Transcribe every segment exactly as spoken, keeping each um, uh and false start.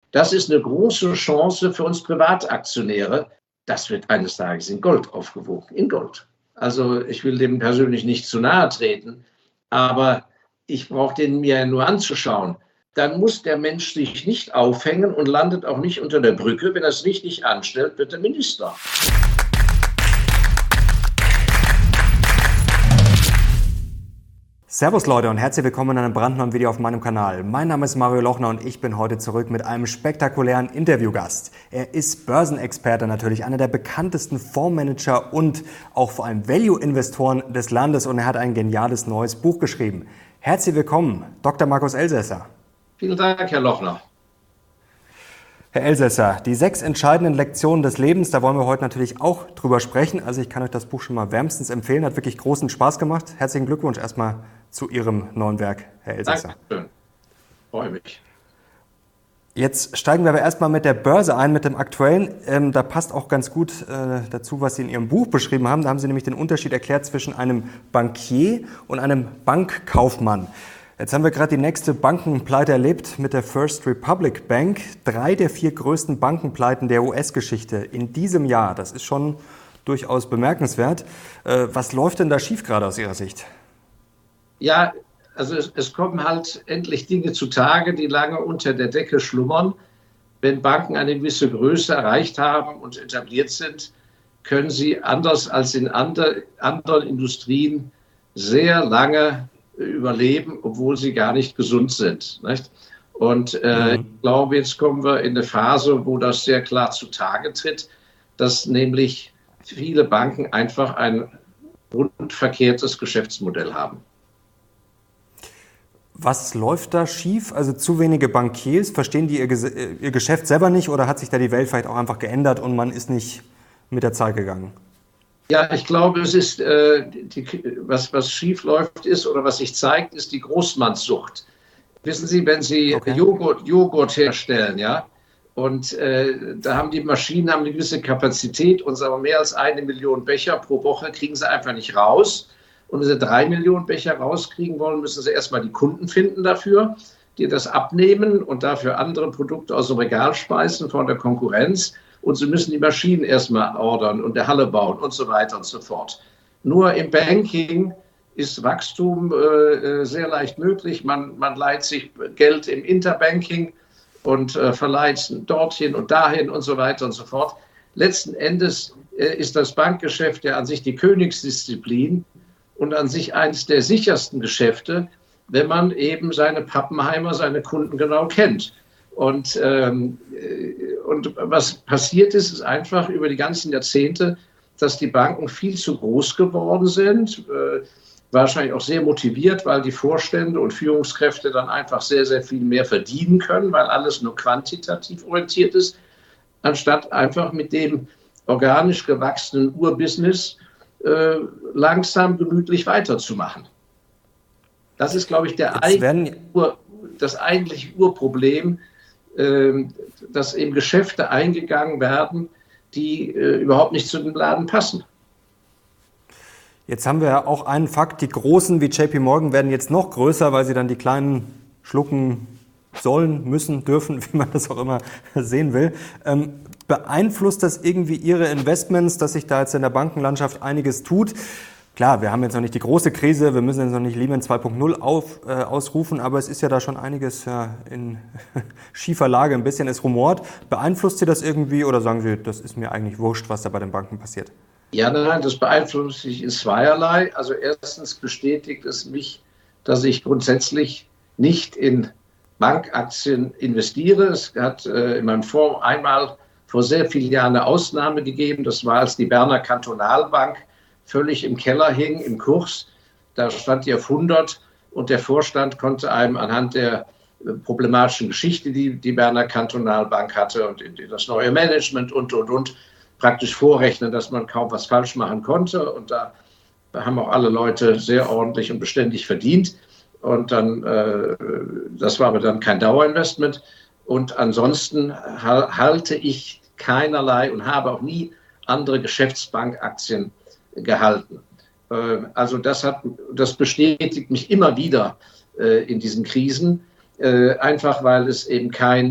Das ist eine große Chance für uns Privataktionäre. Das wird eines Tages in Gold aufgewogen, in Gold. Also ich will dem persönlich nicht zu nahe treten, aber ich brauche den mir nur anzuschauen. Dann muss der Mensch sich nicht aufhängen und landet auch nicht unter der Brücke. Wenn er es richtig anstellt, wird er Minister. Servus Leute und herzlich willkommen in einem brandneuen Video auf meinem Kanal. Mein Name ist Mario Lochner und ich bin heute zurück mit einem spektakulären Interviewgast. Er ist Börsenexperte natürlich, einer der bekanntesten Fondsmanager und auch vor allem Value-Investoren des Landes und er hat ein geniales neues Buch geschrieben. Herzlich willkommen, Doktor Markus Elsässer. Vielen Dank, Herr Lochner. Herr Elsässer, die sechs entscheidenden Lektionen des Lebens, da wollen wir heute natürlich auch drüber sprechen. Also ich kann euch das Buch schon mal wärmstens empfehlen, hat wirklich großen Spaß gemacht. Herzlichen Glückwunsch erstmal zu Ihrem neuen Werk, Herr Elsässer. Dankeschön. Freue mich. Jetzt steigen wir aber erstmal mit der Börse ein, mit dem aktuellen. Ähm, da passt auch ganz gut äh, dazu, was Sie in Ihrem Buch beschrieben haben. Da haben Sie nämlich den Unterschied erklärt zwischen einem Bankier und einem Bankkaufmann. Jetzt haben wir gerade die nächste Bankenpleite erlebt mit der First Republic Bank. Drei der vier größten Bankenpleiten der U S-Geschichte in diesem Jahr. Das ist schon durchaus bemerkenswert. Äh, was läuft denn da schief gerade aus Ihrer Sicht? Ja, also es, es kommen halt endlich Dinge zutage, die lange unter der Decke schlummern. Wenn Banken eine gewisse Größe erreicht haben und etabliert sind, können sie anders als in andre, anderen Industrien sehr lange überleben, obwohl sie gar nicht gesund sind. Nicht? Und äh, mhm. ich glaube, jetzt kommen wir in eine Phase, wo das sehr klar zutage tritt, dass nämlich viele Banken einfach ein grundverkehrtes Geschäftsmodell haben. Was läuft da schief? Also zu wenige Bankiers, verstehen die ihr, ihr Geschäft selber nicht oder hat sich da die Welt vielleicht auch einfach geändert und man ist nicht mit der Zeit gegangen? Ja, ich glaube, es ist, äh, die, was, was schief läuft ist oder was sich zeigt, ist die Großmannssucht. Wissen Sie, wenn Sie okay. Joghurt, Joghurt herstellen, ja, und äh, da haben die Maschinen haben eine gewisse Kapazität und sagen mehr als eine Million Becher pro Woche kriegen sie einfach nicht raus. Und wenn sie drei Millionen Becher rauskriegen wollen, müssen sie erstmal die Kunden finden dafür, die das abnehmen und dafür andere Produkte aus dem Regal speisen von der Konkurrenz. Und sie müssen die Maschinen erstmal ordern und der Halle bauen und so weiter und so fort. Nur im Banking ist Wachstum äh, sehr leicht möglich. Man, man leiht sich Geld im Interbanking und äh, verleiht dorthin und dahin und so weiter und so fort. Letzten Endes äh, ist das Bankgeschäft ja an sich die Königsdisziplin und an sich eines der sichersten Geschäfte, wenn man eben seine Pappenheimer, seine Kunden genau kennt. Und, ähm, und was passiert ist, ist einfach über die ganzen Jahrzehnte, dass die Banken viel zu groß geworden sind, äh, wahrscheinlich auch sehr motiviert, weil die Vorstände und Führungskräfte dann einfach sehr, sehr viel mehr verdienen können, weil alles nur quantitativ orientiert ist, anstatt einfach mit dem organisch gewachsenen Urbusiness äh, langsam gemütlich weiterzumachen. Das ist, glaube ich, der eigentlich Ur, das eigentliche Urproblem, dass eben Geschäfte eingegangen werden, die äh, überhaupt nicht zu dem Laden passen. Jetzt haben wir ja auch einen Fakt, die Großen wie J P Morgan werden jetzt noch größer, weil sie dann die Kleinen schlucken sollen, müssen, dürfen, wie man das auch immer sehen will. Ähm, beeinflusst das irgendwie Ihre Investments, dass sich da jetzt in der Bankenlandschaft einiges tut? Klar, wir haben jetzt noch nicht die große Krise, wir müssen jetzt noch nicht Lehman zwei Punkt null auf, äh, ausrufen, aber es ist ja da schon einiges ja, in schiefer Lage, ein bisschen, es rumort. Beeinflusst Sie das irgendwie oder sagen Sie, das ist mir eigentlich wurscht, was da bei den Banken passiert? Ja, nein, das beeinflusst mich in zweierlei. Also erstens bestätigt es mich, dass ich grundsätzlich nicht in Bankaktien investiere. Es hat äh, in meinem Fonds einmal vor sehr vielen Jahren eine Ausnahme gegeben, das war, als die Berner Kantonalbank völlig im Keller hing, im Kurs. Da stand die auf hundert und der Vorstand konnte einem anhand der problematischen Geschichte, die die Berner Kantonalbank hatte und das neue Management und, und, und, praktisch vorrechnen, dass man kaum was falsch machen konnte. Und da haben auch alle Leute sehr ordentlich und beständig verdient. Und dann, äh, das war aber dann kein Dauerinvestment. Und ansonsten halte ich keinerlei und habe auch nie andere Geschäftsbankaktien gehalten. Also das hat, das bestätigt mich immer wieder in diesen Krisen, einfach weil es eben kein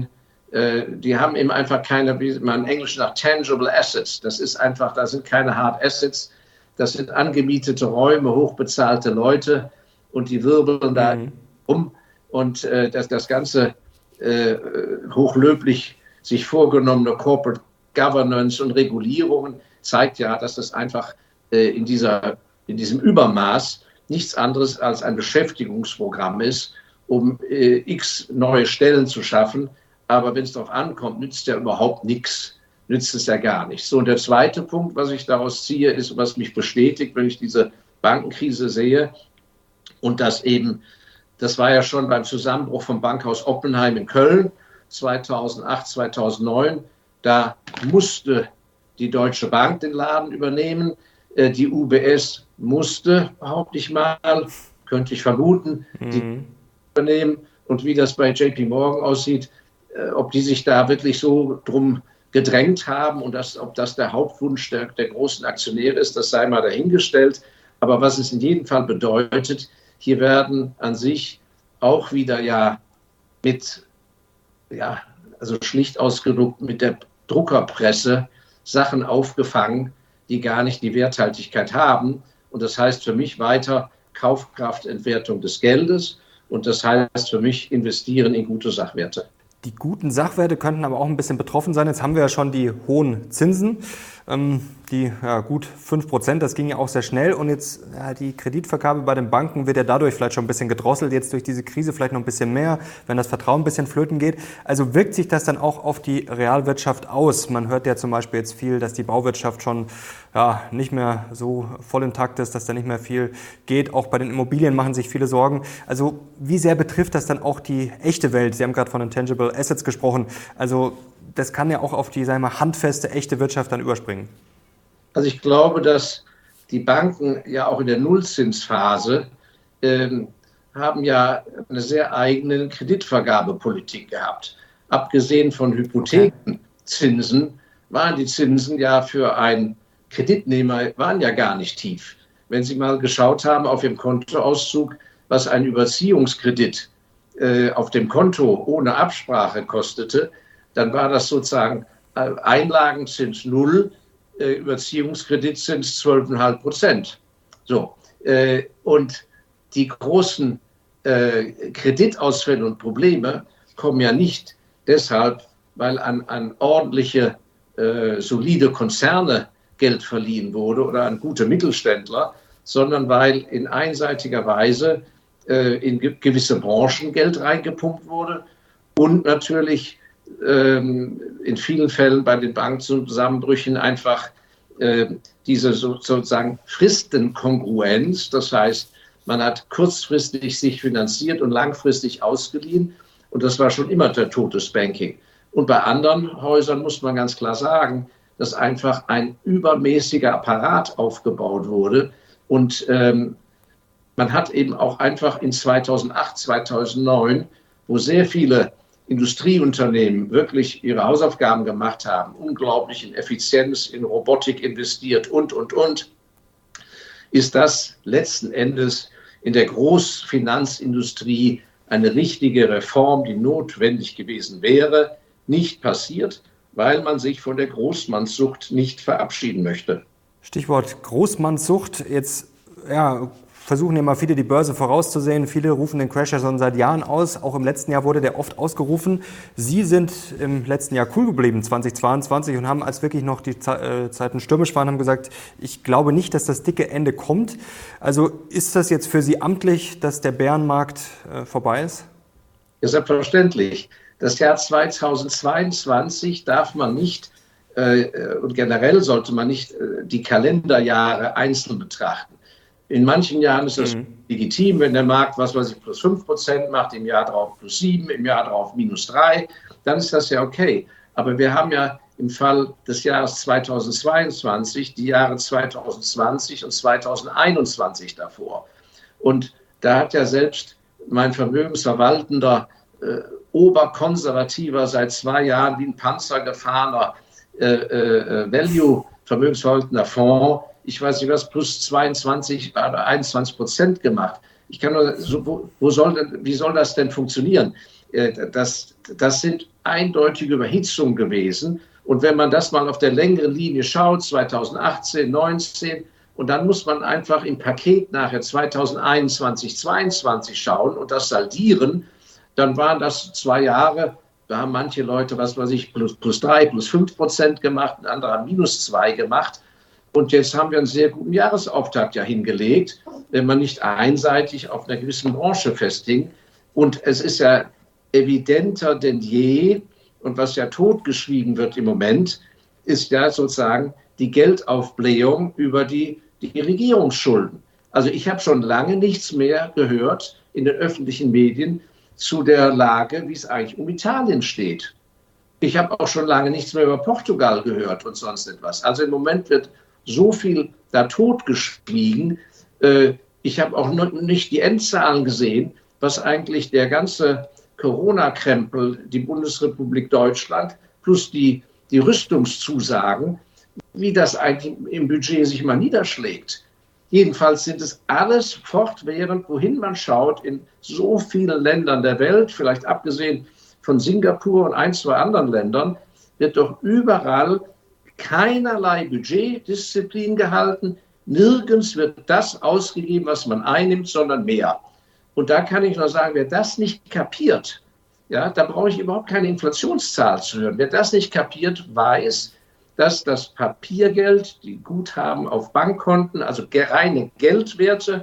äh, die haben eben einfach keine, wie man in Englisch sagt, tangible assets. Das ist einfach, da sind keine hard assets. Das sind angemietete Räume, hochbezahlte Leute und die wirbeln da mhm. um. Und äh, das, das ganze äh, hochlöblich sich vorgenommene Corporate Governance und Regulierungen zeigt ja, dass das einfach äh, in, dieser, in diesem Übermaß nichts anderes als ein Beschäftigungsprogramm ist, um äh, x neue Stellen zu schaffen. Aber wenn es darauf ankommt, nützt ja überhaupt nichts, nützt es ja gar nichts. So, und der zweite Punkt, was ich daraus ziehe, ist, was mich bestätigt, wenn ich diese Bankenkrise sehe, und das eben, das war ja schon beim Zusammenbruch vom Bankhaus Oppenheim in Köln zweitausendacht, zweitausendneun, da musste die Deutsche Bank den Laden übernehmen, die U B S musste, behaupte ich mal, könnte ich vermuten, mhm. die übernehmen. Und wie das bei J P Morgan aussieht, ob die sich da wirklich so drum gedrängt haben und das, ob das der Hauptwunsch der, der großen Aktionäre ist, das sei mal dahingestellt. Aber was es in jedem Fall bedeutet, hier werden an sich auch wieder ja mit, ja, also schlicht ausgedrückt mit der Druckerpresse Sachen aufgefangen, die gar nicht die Werthaltigkeit haben. Und das heißt für mich weiter Kaufkraftentwertung des Geldes und das heißt für mich investieren in gute Sachwerte. Die guten Sachwerte könnten aber auch ein bisschen betroffen sein. Jetzt haben wir ja schon die hohen Zinsen, ähm, die ja, gut fünf Prozent, das ging ja auch sehr schnell. Und jetzt ja, die Kreditvergabe bei den Banken wird ja dadurch vielleicht schon ein bisschen gedrosselt, jetzt durch diese Krise vielleicht noch ein bisschen mehr, wenn das Vertrauen ein bisschen flöten geht. Also wirkt sich das dann auch auf die Realwirtschaft aus? Man hört ja zum Beispiel jetzt viel, dass die Bauwirtschaft schon ja, nicht mehr so voll intakt ist, dass da nicht mehr viel geht. Auch bei den Immobilien machen sich viele Sorgen. Also wie sehr betrifft das dann auch die echte Welt? Sie haben gerade von den Tangible Assets gesprochen. Also das kann ja auch auf die, sagen wir mal, handfeste, echte Wirtschaft dann überspringen. Also ich glaube, dass die Banken ja auch in der Nullzinsphase ähm, haben ja eine sehr eigene Kreditvergabepolitik gehabt. Abgesehen von Hypothekenzinsen waren die Zinsen ja für einen Kreditnehmer waren ja gar nicht tief. Wenn Sie mal geschaut haben auf Ihrem Kontoauszug, was ein Überziehungskredit äh, auf dem Konto ohne Absprache kostete, dann war das sozusagen äh, Einlagenzins null, äh, Überziehungskreditzins zwölf Komma fünf Prozent. So, äh, und die großen äh, Kreditausfälle und Probleme kommen ja nicht deshalb, weil an, an ordentliche, äh, solide Konzerne Geld verliehen wurde oder an gute Mittelständler, sondern weil in einseitiger Weise äh, in ge- gewisse Branchen Geld reingepumpt wurde und natürlich ähm, in vielen Fällen bei den Bankzusammenbrüchen einfach äh, diese so, sozusagen Fristenkongruenz, das heißt, man hat kurzfristig sich finanziert und langfristig ausgeliehen und das war schon immer der Tod des Banking. Und bei anderen Häusern muss man ganz klar sagen, dass einfach ein übermäßiger Apparat aufgebaut wurde. Und ähm, man hat eben auch einfach in zweitausendacht, zweitausendneun, wo sehr viele Industrieunternehmen wirklich ihre Hausaufgaben gemacht haben, unglaublich in Effizienz, in Robotik investiert und, und, und, ist das letzten Endes in der Großfinanzindustrie eine richtige Reform, die notwendig gewesen wäre, nicht passiert, weil man sich von der Großmannssucht nicht verabschieden möchte. Stichwort Großmannssucht. Jetzt ja, versuchen ja mal viele die Börse vorauszusehen. Viele rufen den Crash ja schon seit Jahren aus. Auch im letzten Jahr wurde der oft ausgerufen. Sie sind im letzten Jahr cool geblieben, zweitausendzweiundzwanzig, und haben, als wirklich noch die Zeiten stürmisch waren, haben gesagt, ich glaube nicht, dass das dicke Ende kommt. Also ist das jetzt für Sie amtlich, dass der Bärenmarkt äh, vorbei ist? Ja, selbstverständlich. Das Jahr zweitausendzweiundzwanzig darf man nicht, äh, und generell sollte man nicht äh, die Kalenderjahre einzeln betrachten. In manchen Jahren ist das mhm. legitim, wenn der Markt, was weiß ich, plus fünf Prozent macht, im Jahr drauf plus sieben, im Jahr drauf minus drei, dann ist das ja okay. Aber wir haben ja im Fall des Jahres zweitausendzweiundzwanzig die Jahre zweitausendzwanzig und zweitausendeinundzwanzig davor. Und da hat ja selbst mein vermögensverwaltender äh, oberkonservativer, seit zwei Jahren wie ein Panzer gefahrener äh, äh, Value-vermögensverwaltender Fonds, ich weiß nicht was, plus zweiundzwanzig oder einundzwanzig Prozent gemacht. Ich kann nur, so, wo, wo soll denn, wie soll das denn funktionieren? Das, das sind eindeutige Überhitzungen gewesen. Und wenn man das mal auf der längeren Linie schaut, zweitausendachtzehn, neunzehn, und dann muss man einfach im Paket nachher zweitausendeinundzwanzig, zweiundzwanzig schauen und das saldieren, dann waren das zwei Jahre, da haben manche Leute, was weiß ich, plus, plus drei, plus fünf Prozent gemacht, ein anderer minus zwei gemacht. Und jetzt haben wir einen sehr guten Jahresauftakt ja hingelegt, wenn man nicht einseitig auf einer gewissen Branche festhing. Und es ist ja evidenter denn je, und was ja totgeschwiegen wird im Moment, ist ja sozusagen die Geldaufblähung über die, die Regierungsschulden. Also ich habe schon lange nichts mehr gehört in den öffentlichen Medien zu der Lage, wie es eigentlich um Italien steht. Ich habe auch schon lange nichts mehr über Portugal gehört und sonst etwas. Also im Moment wird so viel da totgeschwiegen. Ich habe auch noch nicht die Endzahlen gesehen, was eigentlich der ganze Corona-Krempel, die Bundesrepublik Deutschland plus die, die Rüstungszusagen, wie das eigentlich im Budget sich mal niederschlägt. Jedenfalls sind es alles fortwährend, wohin man schaut, in so vielen Ländern der Welt, vielleicht abgesehen von Singapur und ein, zwei anderen Ländern, wird doch überall keinerlei Budgetdisziplin gehalten. Nirgends wird das ausgegeben, was man einnimmt, sondern mehr. Und da kann ich nur sagen, wer das nicht kapiert, ja, da brauche ich überhaupt keine Inflationszahl zu hören. Wer das nicht kapiert, weiß, dass das Papiergeld, die Guthaben auf Bankkonten, also reine Geldwerte,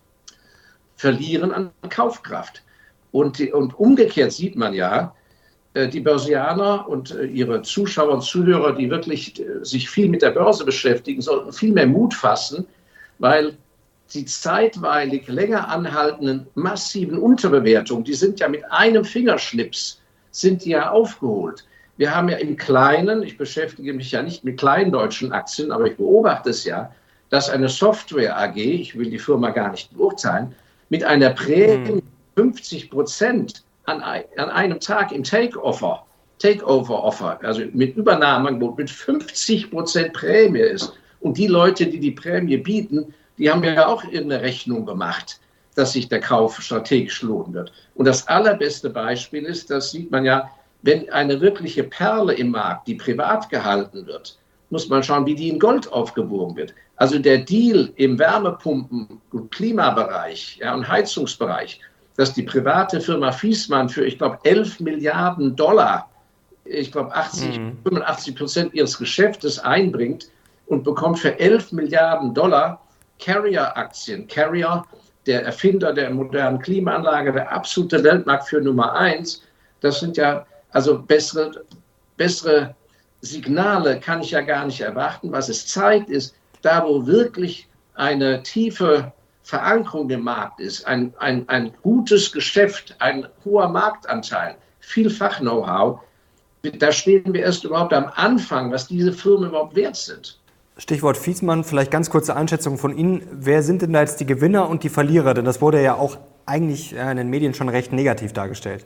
verlieren an Kaufkraft. Und, die, und umgekehrt sieht man ja, die Börsianer und ihre Zuschauer und Zuhörer, die wirklich sich viel mit der Börse beschäftigen, sollten viel mehr Mut fassen, weil die zeitweilig länger anhaltenden massiven Unterbewertungen, die sind ja mit einem Fingerschnips, sind die ja aufgeholt. Wir haben ja im Kleinen, ich beschäftige mich ja nicht mit kleinen deutschen Aktien, aber ich beobachte es ja, dass eine Software A G, ich will die Firma gar nicht beurteilen, mit einer Prämie fünfzig Prozent an, an einem Tag im Takeover, Takeover-Offer, also mit Übernahmeangebot mit fünfzig Prozent Prämie ist. Und die Leute, die die Prämie bieten, die haben ja auch irgendeine Rechnung gemacht, dass sich der Kauf strategisch lohnen wird. Und das allerbeste Beispiel ist, das sieht man ja, wenn eine wirkliche Perle im Markt, die privat gehalten wird, muss man schauen, wie die in Gold aufgewogen wird. Also der Deal im Wärmepumpen- und Klimabereich, ja, und Heizungsbereich, dass die private Firma Viessmann für, ich glaube, elf Milliarden Dollar, ich glaube, achtzig, mhm. fünfundachtzig Prozent ihres Geschäftes einbringt und bekommt für elf Milliarden Dollar Carrier-Aktien. Carrier, der Erfinder der modernen Klimaanlage, der absolute Weltmarktführer Nummer eins. Das sind ja also bessere, bessere Signale kann ich ja gar nicht erwarten. Was es zeigt, ist, da wo wirklich eine tiefe Verankerung im Markt ist, ein, ein, ein gutes Geschäft, ein hoher Marktanteil, viel Fach-Know-how, da stehen wir erst überhaupt am Anfang, was diese Firmen überhaupt wert sind. Stichwort Viessmann, vielleicht ganz kurze Einschätzung von Ihnen. Wer sind denn da jetzt die Gewinner und die Verlierer? Denn das wurde ja auch eigentlich in den Medien schon recht negativ dargestellt.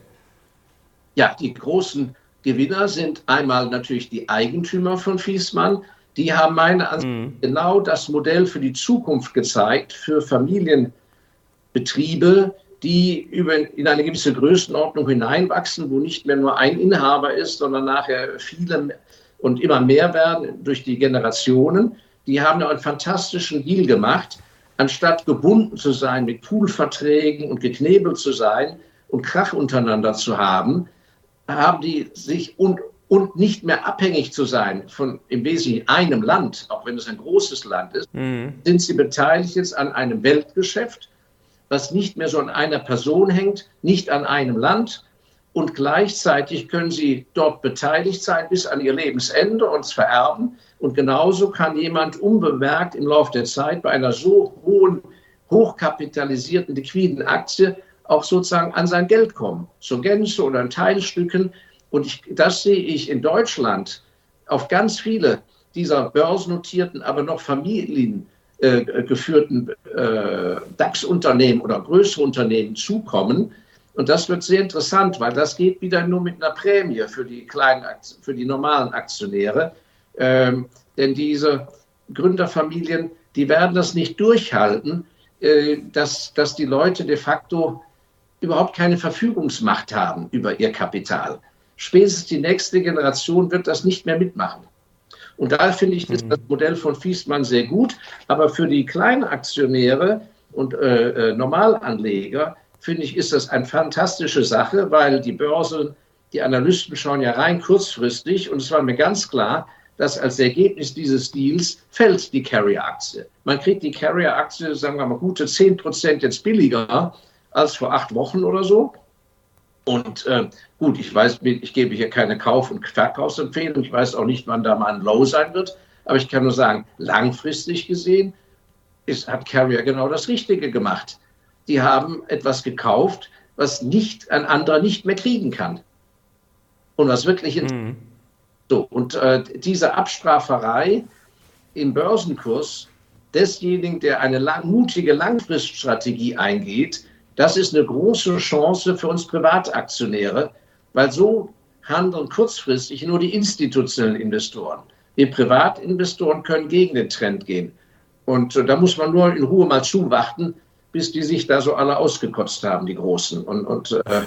Ja, die großen Gewinner sind einmal natürlich die Eigentümer von Viessmann. Die haben meiner Ansicht nach mhm. genau das Modell für die Zukunft gezeigt, für Familienbetriebe, die über in eine gewisse Größenordnung hineinwachsen, wo nicht mehr nur ein Inhaber ist, sondern nachher viele und immer mehr werden durch die Generationen. Die haben ja einen fantastischen Deal gemacht. Anstatt gebunden zu sein mit Poolverträgen und geknebelt zu sein und Krach untereinander zu haben, haben die sich und, und nicht mehr abhängig zu sein von im Wesentlichen einem Land, auch wenn es ein großes Land ist, mhm. sind sie beteiligt jetzt an einem Weltgeschäft, was nicht mehr so an einer Person hängt, nicht an einem Land. Und gleichzeitig können sie dort beteiligt sein bis an ihr Lebensende und es vererben. Und genauso kann jemand unbemerkt im Laufe der Zeit bei einer so hohen, hochkapitalisierten, liquiden Aktie auch sozusagen an sein Geld kommen, zur Gänze oder in Teilstücken. Und ich, das sehe ich in Deutschland auf ganz viele dieser börsennotierten, aber noch familiengeführten äh, DAX-Unternehmen oder größere Unternehmen zukommen. Und das wird sehr interessant, weil das geht wieder nur mit einer Prämie für die kleinen, für die normalen Aktionäre. Ähm, denn diese Gründerfamilien, die werden das nicht durchhalten, äh, dass, dass die Leute de facto überhaupt keine Verfügungsmacht haben über ihr Kapital. Spätestens die nächste Generation wird das nicht mehr mitmachen. Und da finde ich das, das Modell von Viessmann sehr gut. Aber für die kleinen Aktionäre und äh, Normalanleger, finde ich, ist das eine fantastische Sache, weil die Börse, die Analysten schauen ja rein kurzfristig. Und es war mir ganz klar, dass als Ergebnis dieses Deals fällt die Carrier-Aktie. Man kriegt die Carrier-Aktie, sagen wir mal, gute zehn Prozent jetzt billiger als vor acht Wochen oder so. Und äh, gut, ich weiß, ich gebe hier keine Kauf- und Verkaufsempfehlung. Ich weiß auch nicht, wann da mal ein Low sein wird. Aber ich kann nur sagen, langfristig gesehen ist, hat Carrier genau das Richtige gemacht. Die haben etwas gekauft, was nicht ein anderer nicht mehr kriegen kann. Und was wirklich mhm. so. Und äh, diese Abstraferei im Börsenkurs desjenigen, der eine lang, mutige Langfriststrategie eingeht, das ist eine große Chance für uns Privataktionäre, weil so handeln kurzfristig nur die institutionellen Investoren. Wir Privatinvestoren können gegen den Trend gehen. Und äh, da muss man nur in Ruhe mal zuwarten, bis die sich da so alle ausgekotzt haben, die Großen. Und, und äh,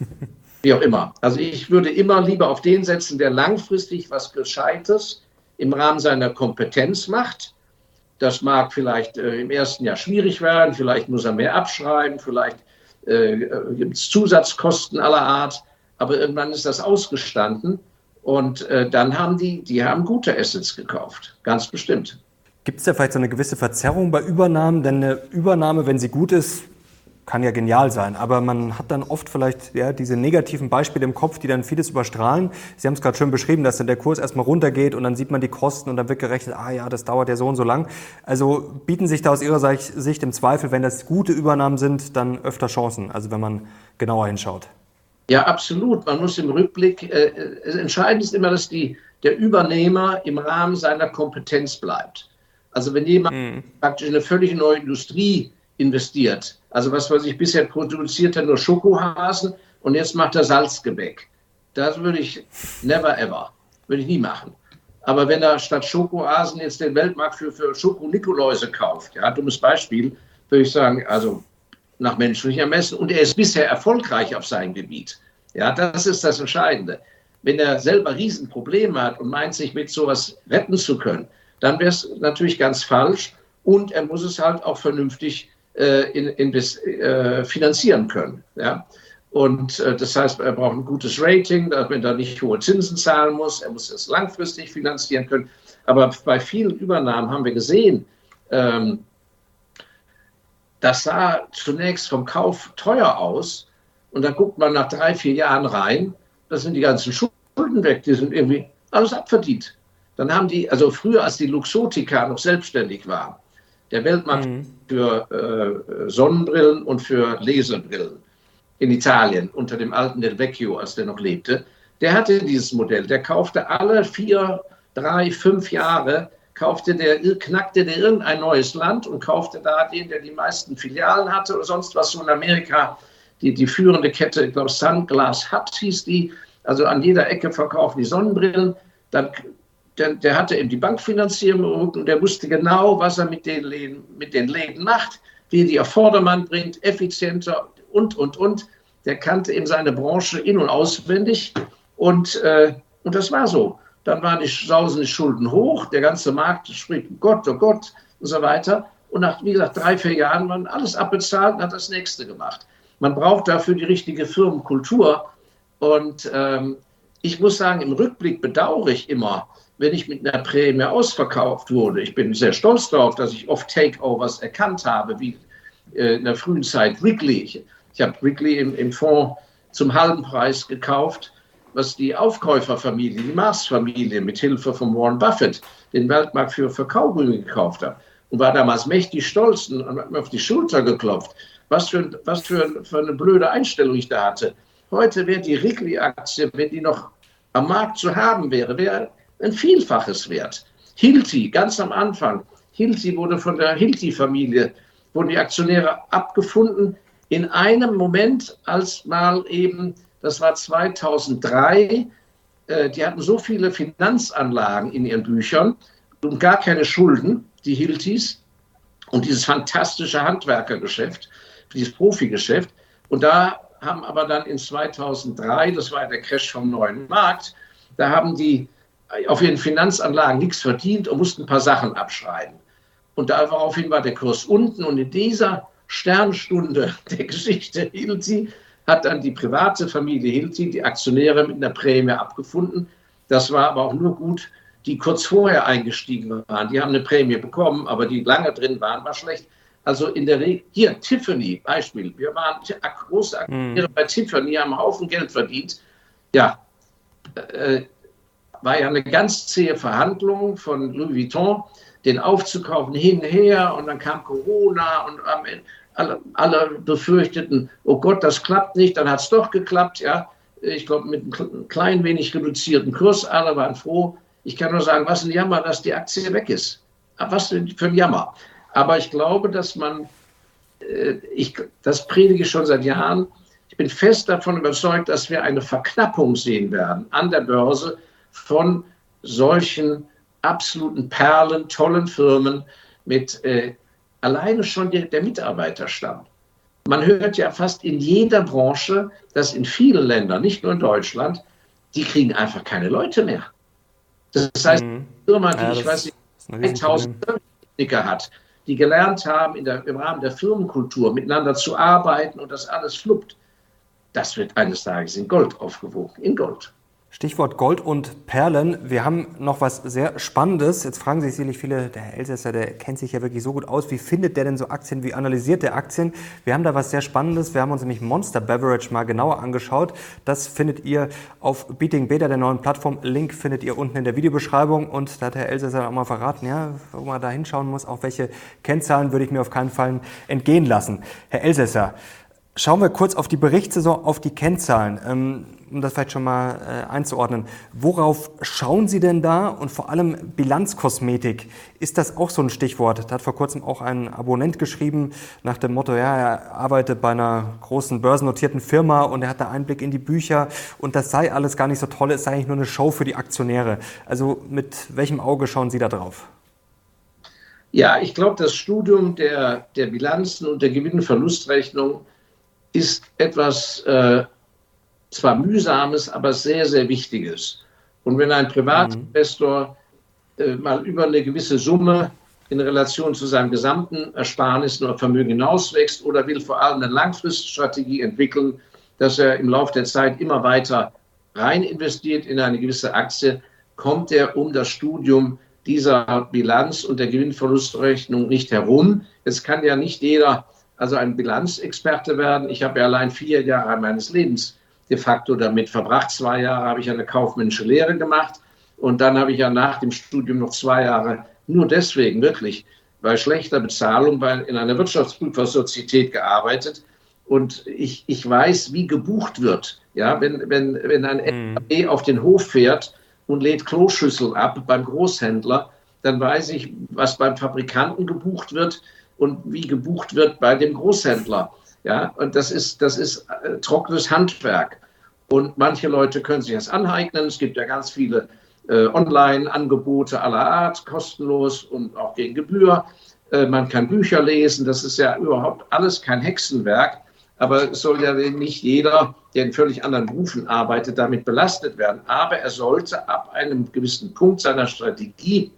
wie auch immer. Also ich würde immer lieber auf den setzen, der langfristig was Gescheites im Rahmen seiner Kompetenz macht. Das mag vielleicht äh, im ersten Jahr schwierig werden, vielleicht muss er mehr abschreiben, vielleicht äh, gibt es Zusatzkosten aller Art, aber irgendwann ist das ausgestanden und äh, dann haben die, die haben gute Assets gekauft, ganz bestimmt. Gibt es da vielleicht so eine gewisse Verzerrung bei Übernahmen? Denn eine Übernahme, wenn sie gut ist, kann ja genial sein, aber man hat dann oft vielleicht ja, diese negativen Beispiele im Kopf, die dann vieles überstrahlen. Sie haben es gerade schön beschrieben, dass dann der Kurs erstmal runtergeht und dann sieht man die Kosten und dann wird gerechnet, ah ja, das dauert ja so und so lang. Also bieten sich da aus Ihrer Sicht im Zweifel, wenn das gute Übernahmen sind, dann öfter Chancen, also wenn man genauer hinschaut? Ja, absolut. Man muss im Rückblick, äh, entscheidend ist immer, dass die, der Übernehmer im Rahmen seiner Kompetenz bleibt. Also wenn jemand hm. praktisch in eine völlig neue Industrie investiert. Also was weiß ich, bisher produziert er nur Schokohasen und jetzt macht er Salzgebäck. Das würde ich never ever, würde ich nie machen. Aber wenn er statt Schokohasen jetzt den Weltmarkt für, für Schoko-Nikoläuse kauft, ja, dummes Beispiel, würde ich sagen, also nach menschlichem Ermessen. Und er ist bisher erfolgreich auf seinem Gebiet. Ja, das ist das Entscheidende. Wenn er selber Riesenprobleme hat und meint, sich mit sowas retten zu können, dann wäre es natürlich ganz falsch. Und er muss es halt auch vernünftig In, in, äh, finanzieren können. Ja? Und äh, das heißt, er braucht ein gutes Rating, damit er nicht hohe Zinsen zahlen muss. Er muss es langfristig finanzieren können. Aber bei vielen Übernahmen haben wir gesehen, ähm, das sah zunächst vom Kauf teuer aus. Und dann guckt man nach drei, vier Jahren rein, da sind die ganzen Schulden weg, die sind irgendwie alles abverdient. Dann haben die, also früher als die Luxottica noch selbstständig war, der Weltmarkt mhm. für äh, Sonnenbrillen und für Laserbrillen in Italien unter dem alten Del Vecchio, als der noch lebte, der hatte dieses Modell. Der kaufte alle vier, drei, fünf Jahre, kaufte der, knackte der irgendein neues Land und kaufte da den, der die meisten Filialen hatte oder sonst was. So in Amerika die, die führende Kette, ich glaube Sunglass Hut hieß die, also an jeder Ecke verkaufen die Sonnenbrillen. Dann Der, der hatte eben die Bankfinanzierung und der wusste genau, was er mit den Läden, mit den Läden macht, wie die auf Vordermann bringt, effizienter und, und, und. Der kannte eben seine Branche in- und auswendig und, äh, und das war so. Dann waren die sausenden Schulden hoch, der ganze Markt spricht, oh Gott, oh Gott und so weiter. Und nach, wie gesagt, drei, vier Jahren waren alles abbezahlt und hat das Nächste gemacht. Man braucht dafür die richtige Firmenkultur und ähm, ich muss sagen, im Rückblick bedauere ich immer, wenn ich mit einer Prämie ausverkauft wurde. Ich bin sehr stolz darauf, dass ich oft Takeovers erkannt habe, wie äh, in der frühen Zeit Wrigley. Ich, ich habe Wrigley im, im Fonds zum halben Preis gekauft, was die Aufkäuferfamilie, die Mars-Familie mit Hilfe von Warren Buffett den Weltmarkt für, für Kaugummi gekauft hat. Und war damals mächtig stolz und hat mir auf die Schulter geklopft. Was für, was für, für eine blöde Einstellung ich da hatte. Heute wäre die Wrigley-Aktie, wenn die noch am Markt zu haben wäre, wäre ein Vielfaches wert. Hilti, ganz am Anfang, Hilti wurde von der Hilti-Familie, wurden die Aktionäre abgefunden in einem Moment, als mal eben, das war zweitausenddrei, äh, die hatten so viele Finanzanlagen in ihren Büchern und gar keine Schulden, die Hiltis, und dieses fantastische Handwerkergeschäft, dieses Profigeschäft, Und da haben aber dann in zweitausenddrei, das war ja der Crash vom neuen Markt, da haben die auf ihren Finanzanlagen nichts verdient und mussten ein paar Sachen abschreiben. Und daraufhin war der Kurs unten und in dieser Sternstunde der Geschichte Hilti hat dann die private Familie Hilti, die Aktionäre mit einer Prämie abgefunden. Das war aber auch nur gut, die kurz vorher eingestiegen waren. Die haben eine Prämie bekommen, aber die lange drin waren, war schlecht. Also in der Regel, hier Tiffany, Beispiel, wir waren große Aktionäre mm. bei Tiffany, haben einen Haufen Geld verdient. Ja, äh, war ja eine ganz zähe Verhandlung von Louis Vuitton, den aufzukaufen, hin, her, und dann kam Corona und am Ende, alle, alle befürchteten, oh Gott, das klappt nicht, dann hat es doch geklappt, ja. Ich glaube, mit einem klein wenig reduzierten Kurs, alle waren froh. Ich kann nur sagen, was ein Jammer, dass die Aktie weg ist. Was für ein Jammer. Aber ich glaube, dass man, äh, ich, das predige ich schon seit Jahren, ich bin fest davon überzeugt, dass wir eine Verknappung sehen werden an der Börse von solchen absoluten Perlen, tollen Firmen mit äh, alleine schon der, der Mitarbeiterstamm. Man hört ja fast in jeder Branche, dass in vielen Ländern, nicht nur in Deutschland, die kriegen einfach keine Leute mehr. Das heißt, eine Firma, die, ja, ich weiß nicht, tausend Techniker hat, die gelernt haben, in der, im Rahmen der Firmenkultur miteinander zu arbeiten und das alles fluppt, das wird eines Tages in Gold aufgewogen, in Gold. Stichwort Gold und Perlen. Wir haben noch was sehr Spannendes. Jetzt fragen sich sicherlich viele, der Herr Elsässer, der kennt sich ja wirklich so gut aus. Wie findet der denn so Aktien? Wie analysiert der Aktien? Wir haben da was sehr Spannendes. Wir haben uns nämlich Monster Beverage mal genauer angeschaut. Das findet ihr auf Beating Beta, der neuen Plattform. Link findet ihr unten in der Videobeschreibung. Und da hat Herr Elsässer auch mal verraten, ja, wo man da hinschauen muss, auf welche Kennzahlen würde ich mir auf keinen Fall entgehen lassen. Herr Elsässer, schauen wir kurz auf die Berichtssaison, auf die Kennzahlen, ähm, um das vielleicht schon mal äh, einzuordnen. Worauf schauen Sie denn da? Und vor allem Bilanzkosmetik, ist das auch so ein Stichwort? Da hat vor kurzem auch ein Abonnent geschrieben nach dem Motto, ja, er arbeitet bei einer großen börsennotierten Firma und er hat da Einblick in die Bücher und das sei alles gar nicht so toll, es sei eigentlich nur eine Show für die Aktionäre. Also mit welchem Auge schauen Sie da drauf? Ja, ich glaube, das Studium der, der Bilanzen und der Gewinn-Verlustrechnung ist etwas äh, zwar Mühsames, aber sehr, sehr Wichtiges. Und wenn ein Privatinvestor äh, mal über eine gewisse Summe in Relation zu seinem gesamten Ersparnissen oder Vermögen hinauswächst oder will vor allem eine Langfriststrategie entwickeln, dass er im Laufe der Zeit immer weiter rein investiert in eine gewisse Aktie, kommt er um das Studium dieser Bilanz und der Gewinnverlustrechnung nicht herum. Es kann ja nicht jeder also ein Bilanzexperte werden. Ich habe ja allein vier Jahre meines Lebens de facto damit verbracht. Zwei Jahre habe ich eine kaufmännische Lehre gemacht und dann habe ich ja nach dem Studium noch zwei Jahre nur deswegen wirklich bei schlechter Bezahlung bei, in einer Wirtschaftsprüfersozietät gearbeitet und ich, ich weiß, wie gebucht wird. Ja, wenn, wenn, wenn ein L K W auf den Hof fährt und lädt Kloschüssel ab beim Großhändler, dann weiß ich, was beim Fabrikanten gebucht wird und wie gebucht wird bei dem Großhändler. Ja, und das ist, das ist äh, trockenes Handwerk. Und manche Leute können sich das aneignen. Es gibt ja ganz viele äh, Online-Angebote aller Art, kostenlos und auch gegen Gebühr. Äh, man kann Bücher lesen. Das ist ja überhaupt alles kein Hexenwerk. Aber es soll ja nicht jeder, der in völlig anderen Berufen arbeitet, damit belastet werden. Aber er sollte ab einem gewissen Punkt seiner Strategie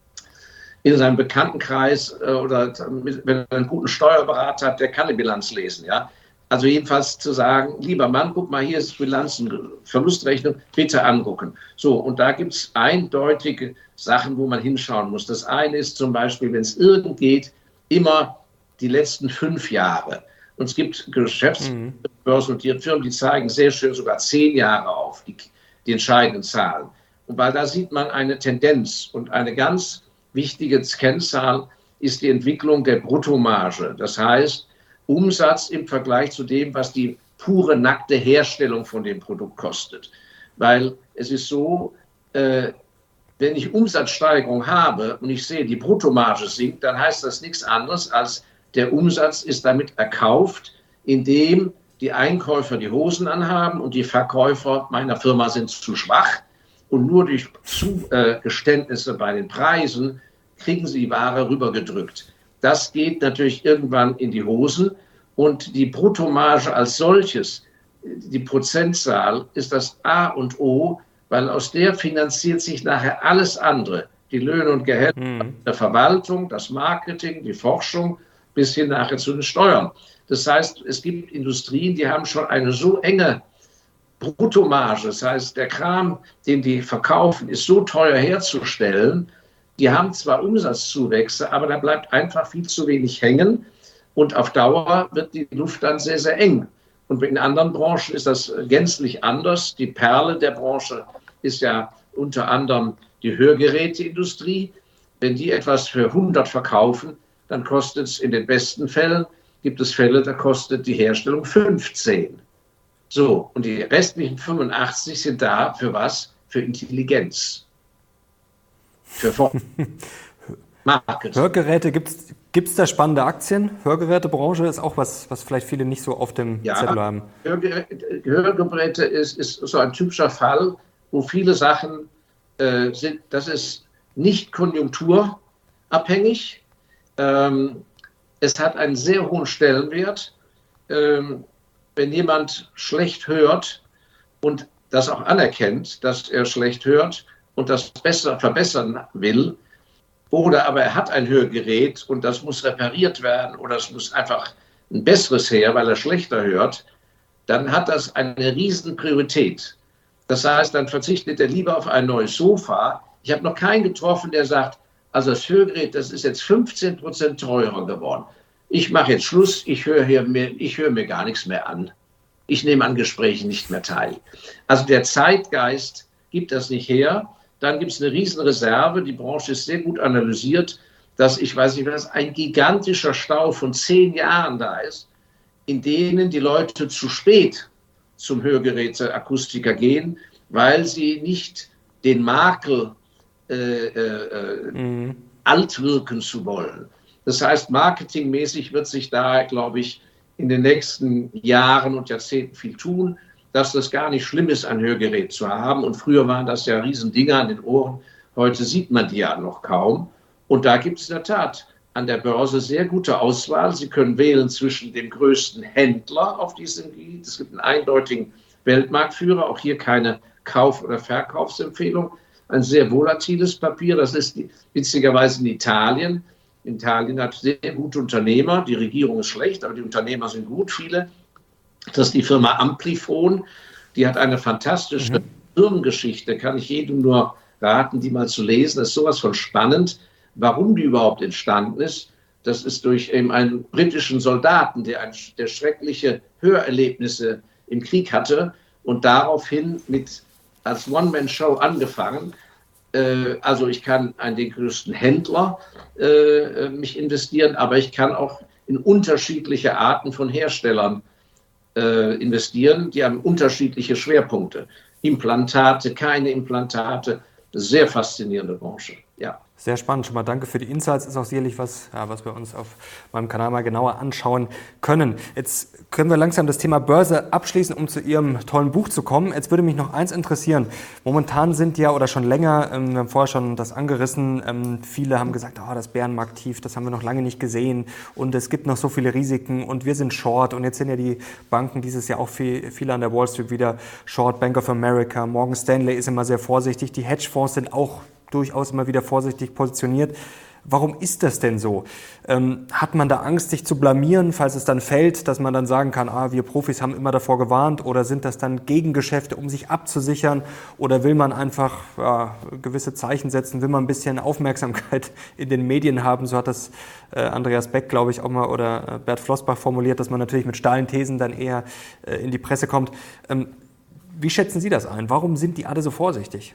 in seinem Bekanntenkreis äh, oder wenn er einen guten Steuerberater hat, der kann eine Bilanz lesen. Ja? Also jedenfalls zu sagen, lieber Mann, guck mal, hier ist Bilanzen, Verlustrechnung, bitte angucken. So, und da gibt es eindeutige Sachen, wo man hinschauen muss. Das eine ist zum Beispiel, wenn es irgend geht, immer die letzten fünf Jahre. Und es gibt Geschäftsbörsennotierte Firmen, die zeigen sehr schön sogar zehn Jahre auf, die, die entscheidenden Zahlen. Und weil da sieht man eine Tendenz und eine ganz wichtige Kennzahl ist die Entwicklung der Bruttomarge. Das heißt, Umsatz im Vergleich zu dem, was die pure, nackte Herstellung von dem Produkt kostet. Weil es ist so, äh, wenn ich Umsatzsteigerung habe und ich sehe, die Bruttomarge sinkt, dann heißt das nichts anderes, als der Umsatz ist damit erkauft, indem die Einkäufer die Hosen anhaben und die Verkäufer meiner Firma sind zu schwach. Und nur durch Zugeständnisse bei den Preisen kriegen sie die Ware rübergedrückt. Das geht natürlich irgendwann in die Hosen. Und die Bruttomarge als solches, die Prozentzahl, ist das A und O, weil aus der finanziert sich nachher alles andere. Die Löhne und Gehälter mhm. der Verwaltung, das Marketing, die Forschung, bis hin nachher zu den Steuern. Das heißt, es gibt Industrien, die haben schon eine so enge Bruttomarge. Das heißt, der Kram, den die verkaufen, ist so teuer herzustellen. Die haben zwar Umsatzzuwächse, aber da bleibt einfach viel zu wenig hängen. Und auf Dauer wird die Luft dann sehr, sehr eng. Und in anderen Branchen ist das gänzlich anders. Die Perle der Branche ist ja unter anderem die Hörgeräteindustrie. Wenn die etwas für hundert verkaufen, dann kostet es in den besten Fällen, gibt es Fälle, da kostet die Herstellung fünfzehn. So, und die restlichen fünfundachtzig sind da für was? Für Intelligenz. Für Marketing. Hörgeräte, gibt es da spannende Aktien? Hörgerätebranche ist auch was, was vielleicht viele nicht so auf dem ja, Zettel haben. Hörgeräte, Hörgeräte ist, ist so ein typischer Fall, wo viele Sachen äh, sind, das ist nicht konjunkturabhängig. Ähm, es hat einen sehr hohen Stellenwert. Ähm, wenn jemand schlecht hört und das auch anerkennt, dass er schlecht hört und das besser verbessern will, oder aber er hat ein Hörgerät und das muss repariert werden oder es muss einfach ein besseres her, weil er schlechter hört, dann hat das eine riesen Priorität. Das heißt, dann verzichtet er lieber auf ein neues Sofa. Ich habe noch keinen getroffen, der sagt, also das Hörgerät, das ist jetzt fünfzehn Prozent teurer geworden. Ich mache jetzt Schluss, ich höre hier mir, ich höre mir gar nichts mehr an. Ich nehme an Gesprächen nicht mehr teil. Also der Zeitgeist gibt das nicht her. Dann gibt es eine Riesenreserve, die Branche ist sehr gut analysiert, dass ich weiß nicht, dass ein gigantischer Stau von zehn Jahren da ist, in denen die Leute zu spät zum Hörgeräteakustiker gehen, weil sie nicht den Makel äh, äh, mhm. alt wirken zu wollen. Das heißt, marketingmäßig wird sich da, glaube ich, in den nächsten Jahren und Jahrzehnten viel tun, dass das gar nicht schlimm ist, ein Hörgerät zu haben. Und früher waren das ja Riesendinger an den Ohren. Heute sieht man die ja noch kaum. Und da gibt es in der Tat an der Börse sehr gute Auswahl. Sie können wählen zwischen dem größten Händler auf diesem Gebiet. Es gibt einen eindeutigen Weltmarktführer. Auch hier keine Kauf- oder Verkaufsempfehlung. Ein sehr volatiles Papier. Das ist die, witzigerweise in Italien. Italien hat sehr gute Unternehmer. Die Regierung ist schlecht, aber die Unternehmer sind gut, viele. Das ist die Firma Amplifon. Die hat eine fantastische mhm. Firmengeschichte. Kann ich jedem nur raten, die mal zu lesen. Das ist sowas von spannend. Warum die überhaupt entstanden ist, das ist durch eben einen britischen Soldaten, der, ein, der schreckliche Hörerlebnisse im Krieg hatte und daraufhin mit als One-Man-Show angefangen. Äh, also ich kann an den größten Händler äh, mich investieren, aber ich kann auch in unterschiedliche Arten von Herstellern äh, investieren. Die haben unterschiedliche Schwerpunkte. Implantate, keine Implantate. Sehr faszinierende Branche, ja. Sehr spannend. Schon mal danke für die Insights. Ist auch sicherlich was, ja, was wir uns auf meinem Kanal mal genauer anschauen können. Jetzt können wir langsam das Thema Börse abschließen, um zu Ihrem tollen Buch zu kommen. Jetzt würde mich noch eins interessieren. Momentan sind ja, oder schon länger, ähm, wir haben vorher schon das angerissen, ähm, viele haben gesagt, oh, das Bärenmarkt-Tief, das haben wir noch lange nicht gesehen und es gibt noch so viele Risiken und wir sind short. Und jetzt sind ja die Banken dieses Jahr auch viel, viele an der Wall Street wieder short. Bank of America, Morgan Stanley ist immer sehr vorsichtig. Die Hedgefonds sind auch durchaus immer wieder vorsichtig positioniert. Warum ist das denn so? Ähm, hat man da Angst, sich zu blamieren, falls es dann fällt, dass man dann sagen kann, ah, wir Profis haben immer davor gewarnt, oder sind das dann Gegengeschäfte, um sich abzusichern, oder will man einfach ja, gewisse Zeichen setzen, will man ein bisschen Aufmerksamkeit in den Medien haben? So hat das äh, Andreas Beck, glaube ich, auch mal, oder äh, Bert Flossbach formuliert, dass man natürlich mit steilen Thesen dann eher äh, in die Presse kommt. Ähm, wie schätzen Sie das ein? Warum sind die alle so vorsichtig?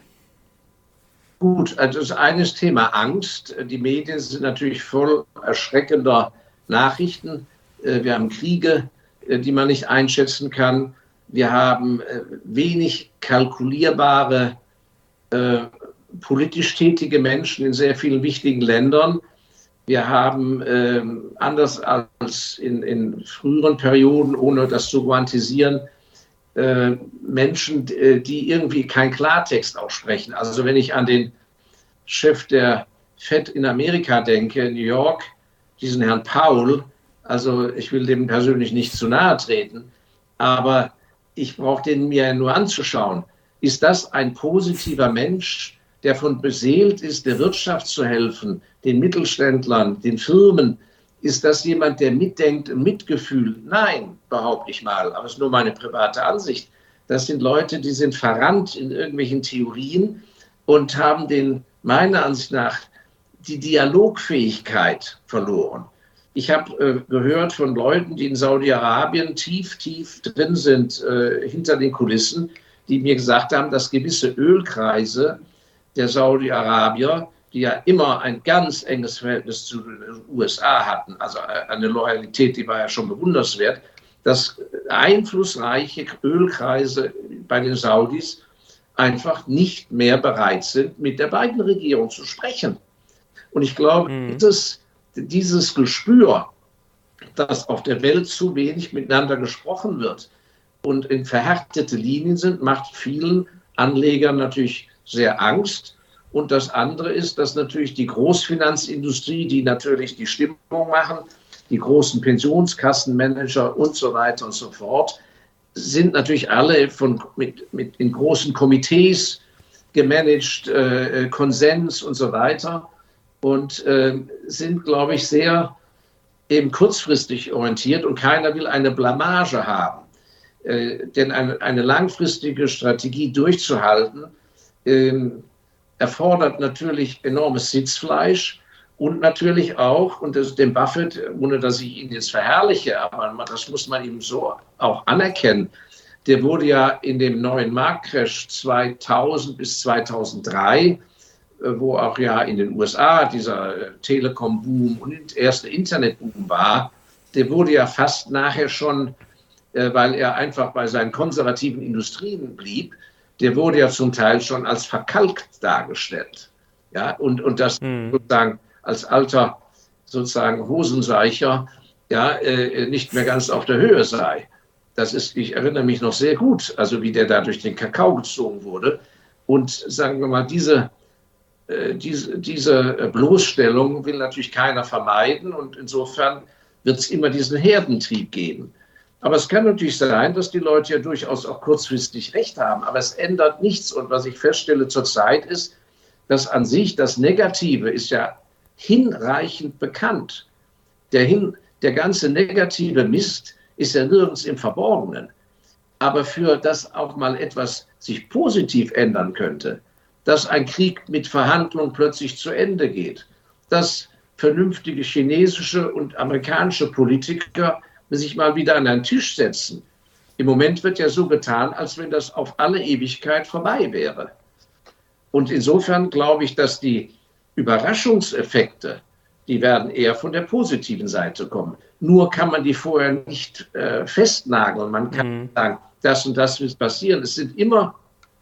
Gut, also das eine ist Thema Angst. Die Medien sind natürlich voll erschreckender Nachrichten. Wir haben Kriege, die man nicht einschätzen kann. Wir haben wenig kalkulierbare, äh, politisch tätige Menschen in sehr vielen wichtigen Ländern. Wir haben, äh, anders als in, in früheren Perioden, ohne das zu romantisieren, Äh, Menschen, die irgendwie keinen Klartext aussprechen. Also wenn ich an den Chef der Fed in Amerika denke, in New York, diesen Herrn Powell, Also ich will dem persönlich nicht zu nahe treten, aber ich brauche den mir nur anzuschauen. Ist das ein positiver Mensch, der von beseelt ist, der Wirtschaft zu helfen, den Mittelständlern, den Firmen? Ist das jemand, der mitdenkt, Mitgefühl? Nein, behaupte ich mal, aber es ist nur meine private Ansicht. Das sind Leute, die sind verrannt in irgendwelchen Theorien und haben den, meiner Ansicht nach, die Dialogfähigkeit verloren. Ich habe äh, gehört von Leuten, die in Saudi-Arabien tief, tief drin sind, äh, hinter den Kulissen, die mir gesagt haben, dass gewisse Ölkreise der Saudi-Arabier, die ja immer ein ganz enges Verhältnis zu den U S A hatten, also eine Loyalität, die war ja schon bewundernswert, dass einflussreiche Ölkreise bei den Saudis einfach nicht mehr bereit sind, mit der beiden Regierung zu sprechen. Und ich glaube, mhm. dieses, dieses Gespür, dass auf der Welt zu wenig miteinander gesprochen wird und in verhärtete Linien sind, macht vielen Anlegern natürlich sehr Angst. Und das andere ist, dass natürlich die Großfinanzindustrie, die natürlich die Stimmung machen, die großen Pensionskassenmanager und so weiter und so fort, sind natürlich alle von, mit, mit in großen Komitees gemanagt, äh, Konsens und so weiter und äh, sind, glaube ich, sehr eben kurzfristig orientiert und keiner will eine Blamage haben. Äh, denn eine, eine langfristige Strategie durchzuhalten, äh, erfordert natürlich enormes Sitzfleisch und natürlich auch, und das dem Buffett, ohne dass ich ihn jetzt verherrliche, aber das muss man ihm so auch anerkennen, der wurde ja in dem neuen Marktcrash zweitausend bis zweitausenddrei, wo auch ja in den U S A dieser Telekom-Boom und erste Internet-Boom war, der wurde ja fast nachher schon, weil er einfach bei seinen konservativen Industrien blieb, der wurde ja zum Teil schon als verkalkt dargestellt. Ja, und, und das mhm. sozusagen als alter sozusagen Hosenseicher ja, äh, nicht mehr ganz auf der Höhe sei. Das ist, ich erinnere mich noch sehr gut, also wie der da durch den Kakao gezogen wurde. Und sagen wir mal, diese, äh, diese, diese Bloßstellung will natürlich keiner vermeiden. Und insofern wird es immer diesen Herdentrieb geben. Aber es kann natürlich sein, dass die Leute ja durchaus auch kurzfristig recht haben. Aber es ändert nichts. Und was ich feststelle zurzeit ist, dass an sich das Negative ist ja hinreichend bekannt. Der, hin, der ganze negative Mist ist ja nirgends im Verborgenen. Aber für das auch mal etwas sich positiv ändern könnte, dass ein Krieg mit Verhandlungen plötzlich zu Ende geht, dass vernünftige chinesische und amerikanische Politiker sich mal wieder an einen Tisch setzen. Im Moment wird ja so getan, als wenn das auf alle Ewigkeit vorbei wäre. Und insofern glaube ich, dass die Überraschungseffekte, die werden eher von der positiven Seite kommen. Nur kann man die vorher nicht äh, festnageln. Man kann mhm. sagen, das und das wird passieren. Es sind immer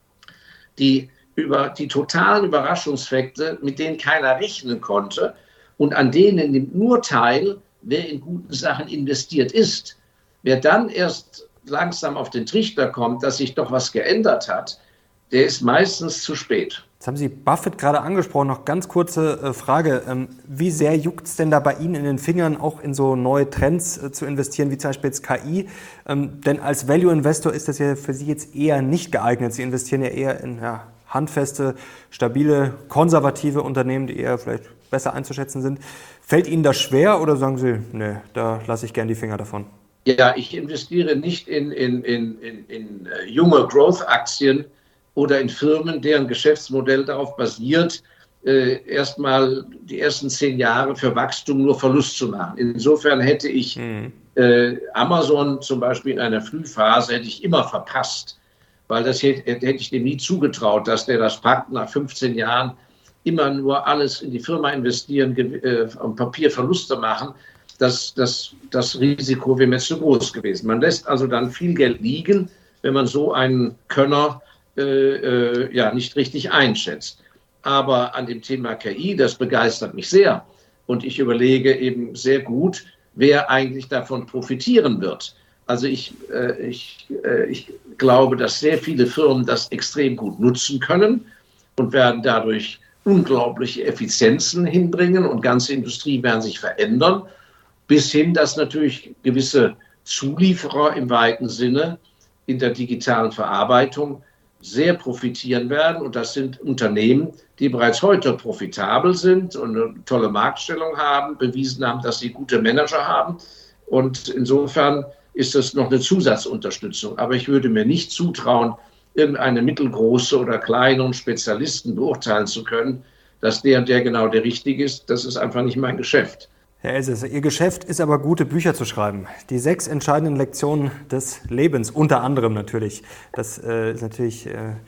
die, über, die totalen Überraschungseffekte, mit denen keiner rechnen konnte und an denen nimmt nur teil, wer in guten Sachen investiert ist. Wer dann erst langsam auf den Trichter kommt, dass sich doch was geändert hat, der ist meistens zu spät. Jetzt haben Sie Buffett gerade angesprochen. Noch ganz kurze äh, Frage. Ähm, wie sehr juckt es denn da bei Ihnen in den Fingern, auch in so neue Trends äh, zu investieren, wie zum Beispiel jetzt K I? Ähm, denn als Value-Investor ist das ja für Sie jetzt eher nicht geeignet. Sie investieren ja eher in ja, handfeste, stabile, konservative Unternehmen, die eher vielleicht besser einzuschätzen sind. Fällt Ihnen das schwer oder sagen Sie, nee, da lasse ich gern die Finger davon? Ja, ich investiere nicht in, in, in, in, in junge Growth-Aktien oder in Firmen, deren Geschäftsmodell darauf basiert, äh, erstmal die ersten zehn Jahre für Wachstum nur Verlust zu machen. Insofern hätte ich mhm. äh, Amazon zum Beispiel in einer Frühphase hätte ich immer verpasst, weil das hätte, hätte ich dem nie zugetraut, dass der das packt, nach fünfzehn Jahren immer nur alles in die Firma investieren, äh, am Papier Verluste machen. Das, das, das Risiko wäre mir zu groß gewesen. Man lässt also dann viel Geld liegen, wenn man so einen Könner äh, äh, ja, nicht richtig einschätzt. Aber an dem Thema K I, das begeistert mich sehr. Und ich überlege eben sehr gut, wer eigentlich davon profitieren wird. Also ich, äh, ich, äh, ich glaube, dass sehr viele Firmen das extrem gut nutzen können und werden dadurch unglaubliche Effizienzen hinbringen und ganze Industrien werden sich verändern. bis hin, dass natürlich gewisse Zulieferer im weiten Sinne in der digitalen Verarbeitung sehr profitieren werden. Und das sind Unternehmen, die bereits heute profitabel sind und eine tolle Marktstellung haben, bewiesen haben, dass sie gute Manager haben. Und insofern ist das noch eine Zusatzunterstützung. Aber ich würde mir nicht zutrauen, irgendeine mittelgroße oder kleinen Spezialisten beurteilen zu können, dass der und der genau der Richtige ist. Das ist einfach nicht mein Geschäft. Herr Elsässer, Ihr Geschäft ist aber, gute Bücher zu schreiben. Die sechs entscheidenden Lektionen des Lebens, unter anderem natürlich. Das äh, ist natürlich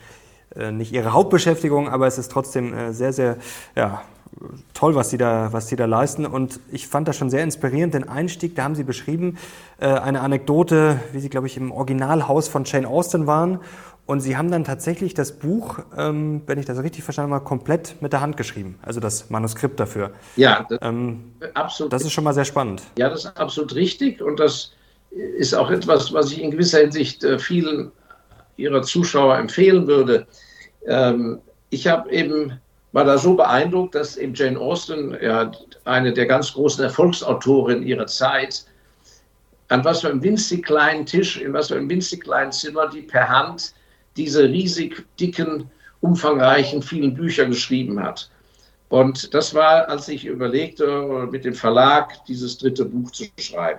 äh, nicht Ihre Hauptbeschäftigung, aber es ist trotzdem äh, sehr, sehr ja, toll, was Sie da, was Sie da leisten. Und ich fand das schon sehr inspirierend, den Einstieg. Da haben Sie beschrieben, äh, eine Anekdote, wie Sie, glaube ich, im Originalhaus von Jane Austen waren. Und Sie haben dann tatsächlich das Buch, ähm, wenn ich das richtig verstanden habe, komplett mit der Hand geschrieben. Also das Manuskript dafür. Ja, das, ähm, absolut. Das ist schon mal sehr spannend. Ja, das ist absolut richtig. Und das ist auch etwas, was ich in gewisser Hinsicht äh, vielen Ihrer Zuschauer empfehlen würde. Ähm, ich habe eben, war da so beeindruckt, dass eben Jane Austen, ja, eine der ganz großen Erfolgsautorinnen ihrer Zeit, an was für einem winzig kleinen Tisch, in was für einem winzig kleinen Zimmer, die per Hand diese riesig dicken, umfangreichen, vielen Bücher geschrieben hat. Und das war, als ich überlegte, mit dem Verlag dieses dritte Buch zu schreiben.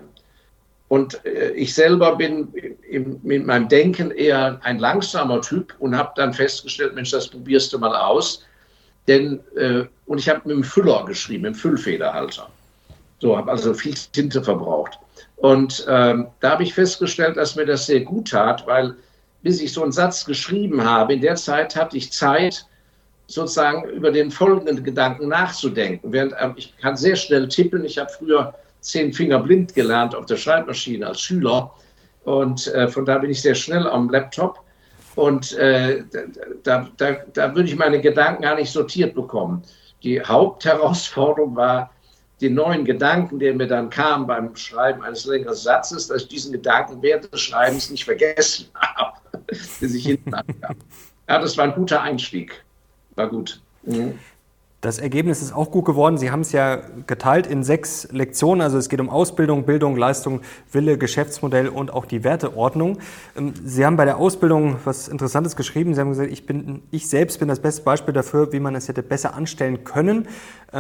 Und äh, ich selber bin im, mit meinem Denken eher ein langsamer Typ und habe dann festgestellt, Mensch, das probierst du mal aus. Denn, äh, und ich habe mit dem Füller geschrieben, mit dem Füllfederhalter. So, habe also viel Tinte verbraucht. Und ähm, da habe ich festgestellt, dass mir das sehr gut tat, weil bis ich so einen Satz geschrieben habe, in der Zeit hatte ich Zeit, sozusagen über den folgenden Gedanken nachzudenken. Während äh, ich kann sehr schnell tippen. Ich habe früher zehn Finger blind gelernt auf der Schreibmaschine als Schüler. Und äh, von da bin ich sehr schnell am Laptop. Und äh, da, da, da würde ich meine Gedanken gar nicht sortiert bekommen. Die Hauptherausforderung war, die neuen Gedanken, die mir dann kamen beim Schreiben eines längeren Satzes, dass ich diesen Gedanken während des Schreibens nicht vergessen habe, bis ich hinten ankam. Ja, das war ein guter Einstieg. War gut. Mhm. Das Ergebnis ist auch gut geworden. Sie haben es ja geteilt in sechs Lektionen. Also es geht um Ausbildung, Bildung, Leistung, Wille, Geschäftsmodell und auch die Werteordnung. Sie haben bei der Ausbildung was Interessantes geschrieben. Sie haben gesagt, ich, bin, ich selbst bin das beste Beispiel dafür, wie man es hätte besser anstellen können.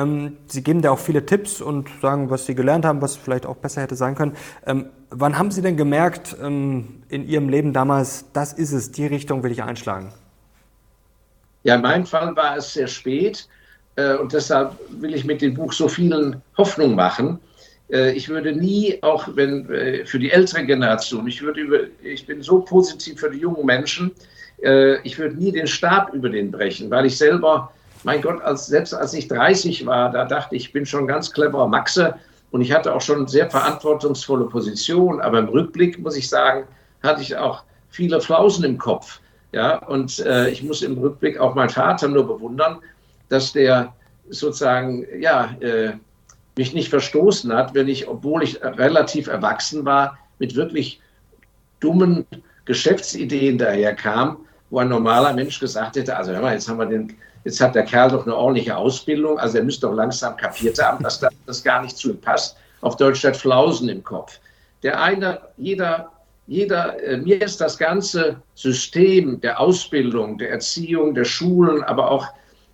Sie geben da auch viele Tipps und sagen, was Sie gelernt haben, was vielleicht auch besser hätte sein können. Wann haben Sie denn gemerkt in Ihrem Leben damals, das ist es, die Richtung will ich einschlagen? Ja, in meinem Fall war es sehr spät. Und deshalb will ich mit dem Buch so vielen Hoffnung machen. Ich würde nie, auch wenn für die ältere Generation, ich, würde über, ich bin so positiv für die jungen Menschen, ich würde nie den Stab über den brechen, weil ich selber, mein Gott, als, selbst als ich dreißig war, da dachte ich, ich bin schon ein ganz cleverer Maxe und ich hatte auch schon sehr verantwortungsvolle Positionen, aber im Rückblick, muss ich sagen, hatte ich auch viele Flausen im Kopf. Ja, und äh, ich muss im Rückblick auch meinen Vater nur bewundern, dass der sozusagen, ja, äh, mich nicht verstoßen hat, wenn ich, obwohl ich relativ erwachsen war, mit wirklich dummen Geschäftsideen daherkam, wo ein normaler Mensch gesagt hätte, also hör mal, jetzt haben wir den, jetzt hat der Kerl doch eine ordentliche Ausbildung, also er müsste doch langsam kapiert haben, dass das gar nicht zu ihm passt. Auf Deutsch hat Flausen im Kopf. Der eine, jeder, jeder, äh, mir ist das ganze System der Ausbildung, der Erziehung, der Schulen, aber auch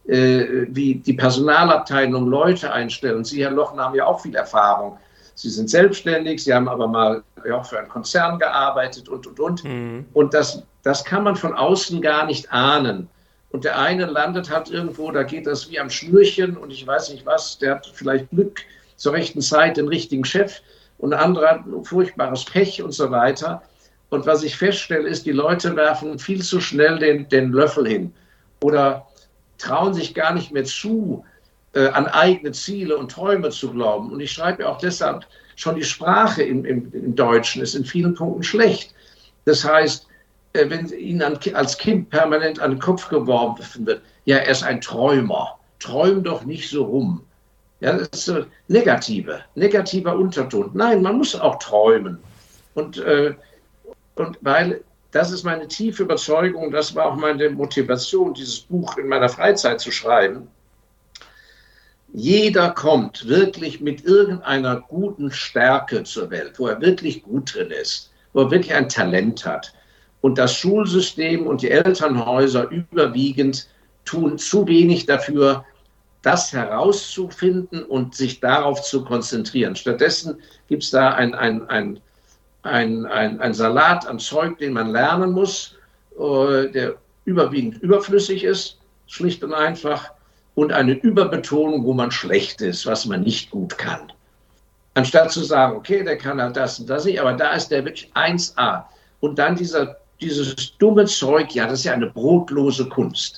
wie die Personalabteilung Leute einstellen. Sie, Herr Lochner, haben ja auch viel Erfahrung. Sie sind selbstständig, Sie haben aber mal ja, auch für einen Konzern gearbeitet und, und, und. Mhm. Und das, das kann man von außen gar nicht ahnen. Und der eine landet halt irgendwo, da geht das wie am Schnürchen und ich weiß nicht was, der hat vielleicht Glück zur rechten Zeit, den richtigen Chef und der andere hat ein furchtbares Pech und so weiter. Und was ich feststelle, ist, die Leute werfen viel zu schnell den, den Löffel hin oder trauen sich gar nicht mehr zu, äh, an eigene Ziele und Träume zu glauben. Und ich schreibe ja auch deshalb, schon die Sprache im, im, im Deutschen ist in vielen Punkten schlecht. Das heißt, äh, wenn Ihnen an, als Kind permanent an den Kopf geworfen wird, ja, er ist ein Träumer, träum doch nicht so rum. Ja, das ist so negative, negativer Unterton. Nein, man muss auch träumen. Und, äh, und weil... Das ist meine tiefe Überzeugung, das war auch meine Motivation, dieses Buch in meiner Freizeit zu schreiben. jeder kommt wirklich mit irgendeiner guten Stärke zur Welt, wo er wirklich gut drin ist, wo er wirklich ein Talent hat. Und das Schulsystem und die Elternhäuser überwiegend tun zu wenig dafür, das herauszufinden und sich darauf zu konzentrieren. Stattdessen gibt es da ein, ein, ein, ein, ein, ein Salat an Zeug, den man lernen muss, äh, der überwiegend überflüssig ist, schlicht und einfach, und eine Überbetonung, wo man schlecht ist, was man nicht gut kann. Anstatt zu sagen, okay, der kann halt das und das nicht, aber da ist der wirklich eins a. Und dann dieser, dieses dumme Zeug, ja, das ist ja eine brotlose Kunst.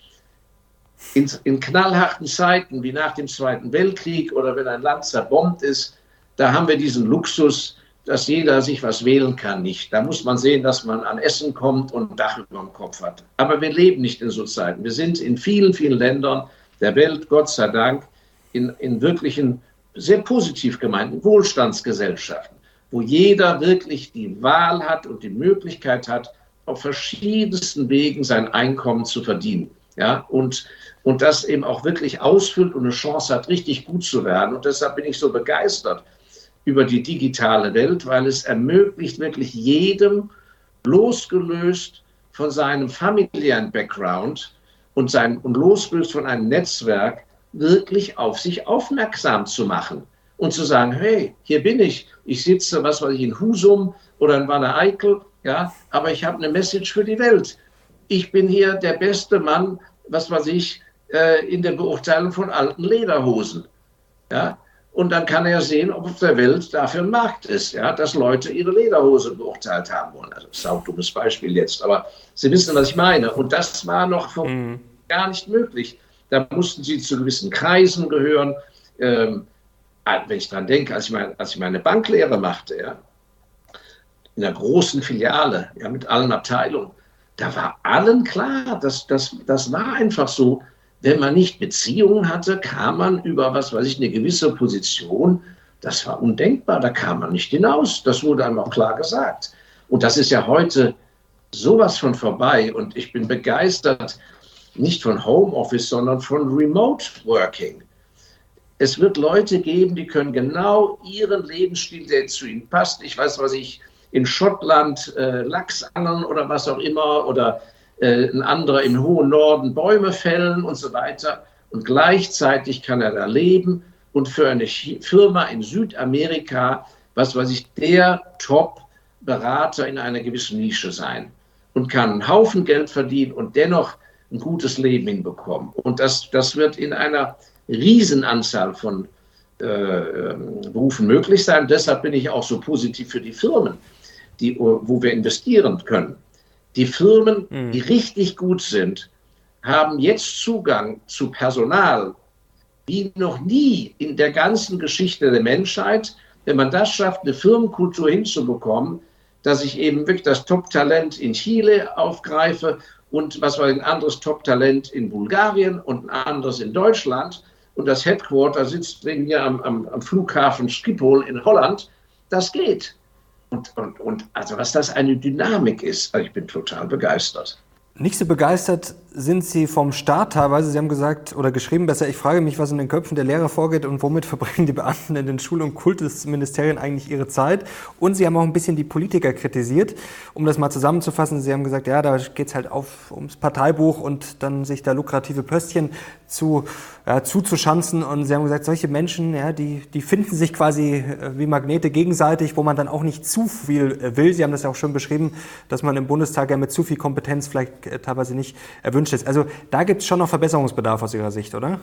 In, in knallharten Zeiten, wie nach dem Zweiten Weltkrieg oder wenn ein Land zerbombt ist, da haben wir diesen Luxus, dass jeder sich was wählen kann, nicht. Da muss man sehen, dass man an Essen kommt und ein Dach über dem Kopf hat. Aber wir leben nicht in so Zeiten. Wir sind in vielen, vielen Ländern der Welt, Gott sei Dank, in, in wirklichen, sehr positiv gemeinten Wohlstandsgesellschaften, wo jeder wirklich die Wahl hat und die Möglichkeit hat, auf verschiedensten Wegen sein Einkommen zu verdienen. Ja, und, und das eben auch wirklich ausfüllt und eine Chance hat, richtig gut zu werden. Und deshalb bin ich so begeistert über die digitale Welt, weil es ermöglicht wirklich jedem, losgelöst von seinem familiären Background und, sein, und losgelöst von einem Netzwerk, wirklich auf sich aufmerksam zu machen und zu sagen, hey, hier bin ich, ich sitze, was weiß ich, in Husum oder in Wanne-Eickel, ja, aber ich habe eine Message für die Welt. Ich bin hier der beste Mann, was weiß ich, in der Beurteilung von alten Lederhosen. Ja? Und dann kann er sehen, ob auf der Welt dafür ein Markt ist, ja? Dass Leute ihre Lederhose beurteilt haben wollen. Also, das ist auch ein dummes Beispiel jetzt, aber Sie wissen, was ich meine. Und das war noch vor mhm. gar nicht möglich. Da mussten Sie zu gewissen Kreisen gehören. Ähm, wenn ich dran denke, als ich, mein, als ich meine Banklehre machte, ja, in einer großen Filiale, ja, mit allen Abteilungen, da war allen klar, dass das, das war einfach so, wenn man nicht Beziehungen hatte, kam man über, was weiß ich, eine gewisse Position, das war undenkbar, da kam man nicht hinaus, das wurde einem auch klar gesagt. Und das ist ja heute sowas von vorbei und ich bin begeistert, nicht von Homeoffice, sondern von Remote Working. Es wird Leute geben, die können genau ihren Lebensstil, der zu ihnen passt, ich weiß, was ich, in Schottland äh, Lachs angeln oder was auch immer oder äh, ein anderer im hohen Norden Bäume fällen und so weiter. Und gleichzeitig kann er da leben und für eine Firma in Südamerika, was weiß ich, der Top-Berater in einer gewissen Nische sein und kann einen Haufen Geld verdienen und dennoch ein gutes Leben hinbekommen. Und das, das wird in einer Riesenanzahl von äh, Berufen möglich sein. Deshalb bin ich auch so positiv für die Firmen, die, wo wir investieren können. Die Firmen, mhm. die richtig gut sind, haben jetzt Zugang zu Personal, wie noch nie in der ganzen Geschichte der Menschheit. Wenn man das schafft, eine Firmenkultur hinzubekommen, dass ich eben wirklich das Top-Talent in Chile aufgreife und was war ein anderes Top-Talent in Bulgarien und ein anderes in Deutschland und das Headquarter sitzt wegen hier am, am, am Flughafen Schiphol in Holland, das geht. Und, und, und also was das eine Dynamik ist, also ich bin total begeistert. Nicht so begeistert sind Sie vom Staat teilweise. Sie haben gesagt oder geschrieben, besser, ich frage mich, was in den Köpfen der Lehrer vorgeht und womit verbringen die Beamten in den Schul- und Kultusministerien eigentlich ihre Zeit. Und Sie haben auch ein bisschen die Politiker kritisiert. Um das mal zusammenzufassen, Sie haben gesagt, ja, da geht es halt auf, ums Parteibuch und dann sich da lukrative Pöstchen zu, ja, zuzuschanzen. Und Sie haben gesagt, solche Menschen, ja, die, die finden sich quasi wie Magnete gegenseitig, wo man dann auch nicht zu viel will. Sie haben das ja auch schon beschrieben, dass man im Bundestag ja mit zu viel Kompetenz vielleicht teilweise nicht erwünscht ist. Also da gibt es schon noch Verbesserungsbedarf aus Ihrer Sicht, oder?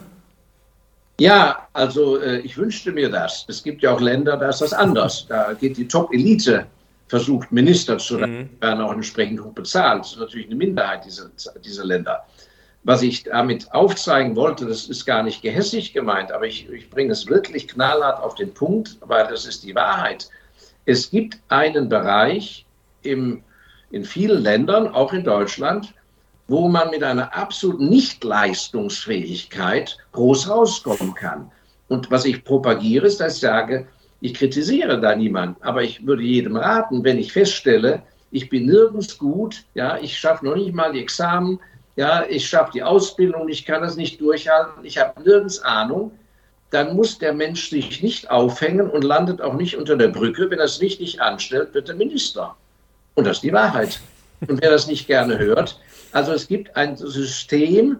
Ja, also äh, ich wünschte mir das. Es gibt ja auch Länder, da ist das anders. Da geht die Top-Elite, versucht Minister zu werden, mhm. werden auch entsprechend hoch bezahlt. Das ist natürlich eine Minderheit dieser, dieser Länder. Was ich damit aufzeigen wollte, das ist gar nicht gehässig gemeint, aber ich, ich bringe es wirklich knallhart auf den Punkt, weil das ist die Wahrheit. Es gibt einen Bereich im, in vielen Ländern, auch in Deutschland, wo man mit einer absoluten Nichtleistungsfähigkeit groß rauskommen kann. Und was ich propagiere, ist, dass ich sage, ich kritisiere da niemanden, aber ich würde jedem raten, wenn ich feststelle, ich bin nirgends gut, ja, ich schaffe noch nicht mal die Examen, ja, ich schaffe die Ausbildung, ich kann das nicht durchhalten, ich habe nirgends Ahnung, dann muss der Mensch sich nicht aufhängen und landet auch nicht unter der Brücke. Wenn er es richtig anstellt, wird er Minister. Und das ist die Wahrheit. Und wer das nicht gerne hört, also es gibt ein System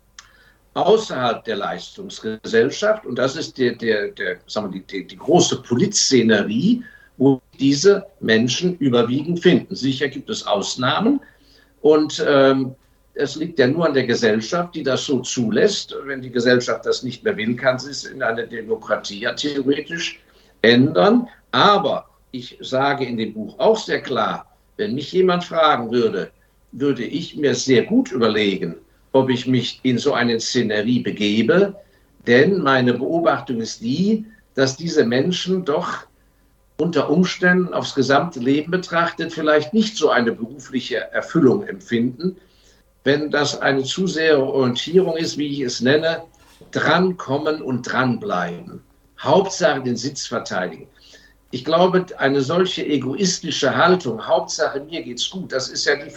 außerhalb der Leistungsgesellschaft, und das ist der, der, der, sagen wir, die, die, die große Politszenerie, wo diese Menschen überwiegend finden. Sicher gibt es Ausnahmen, und ähm, es liegt ja nur an der Gesellschaft, die das so zulässt. Wenn die Gesellschaft das nicht mehr will, kann sie es in einer Demokratie ja theoretisch ändern. Aber ich sage in dem Buch auch sehr klar, wenn mich jemand fragen würde, würde ich mir sehr gut überlegen, ob ich mich in so eine Szenerie begebe. Denn meine Beobachtung ist die, dass diese Menschen doch unter Umständen aufs gesamte Leben betrachtet vielleicht nicht so eine berufliche Erfüllung empfinden, wenn das eine zu sehr Orientierung ist, wie ich es nenne, drankommen und dranbleiben. Hauptsache den Sitz verteidigen. Ich glaube, eine solche egoistische Haltung, Hauptsache mir geht's gut, das ist ja die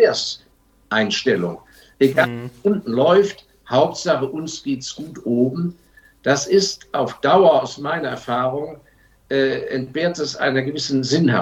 Funktionärseinstellung. Egal, mhm. unten läuft, Hauptsache uns geht's gut oben. Das ist auf Dauer aus meiner Erfahrung, äh, entbehrt es einer gewissen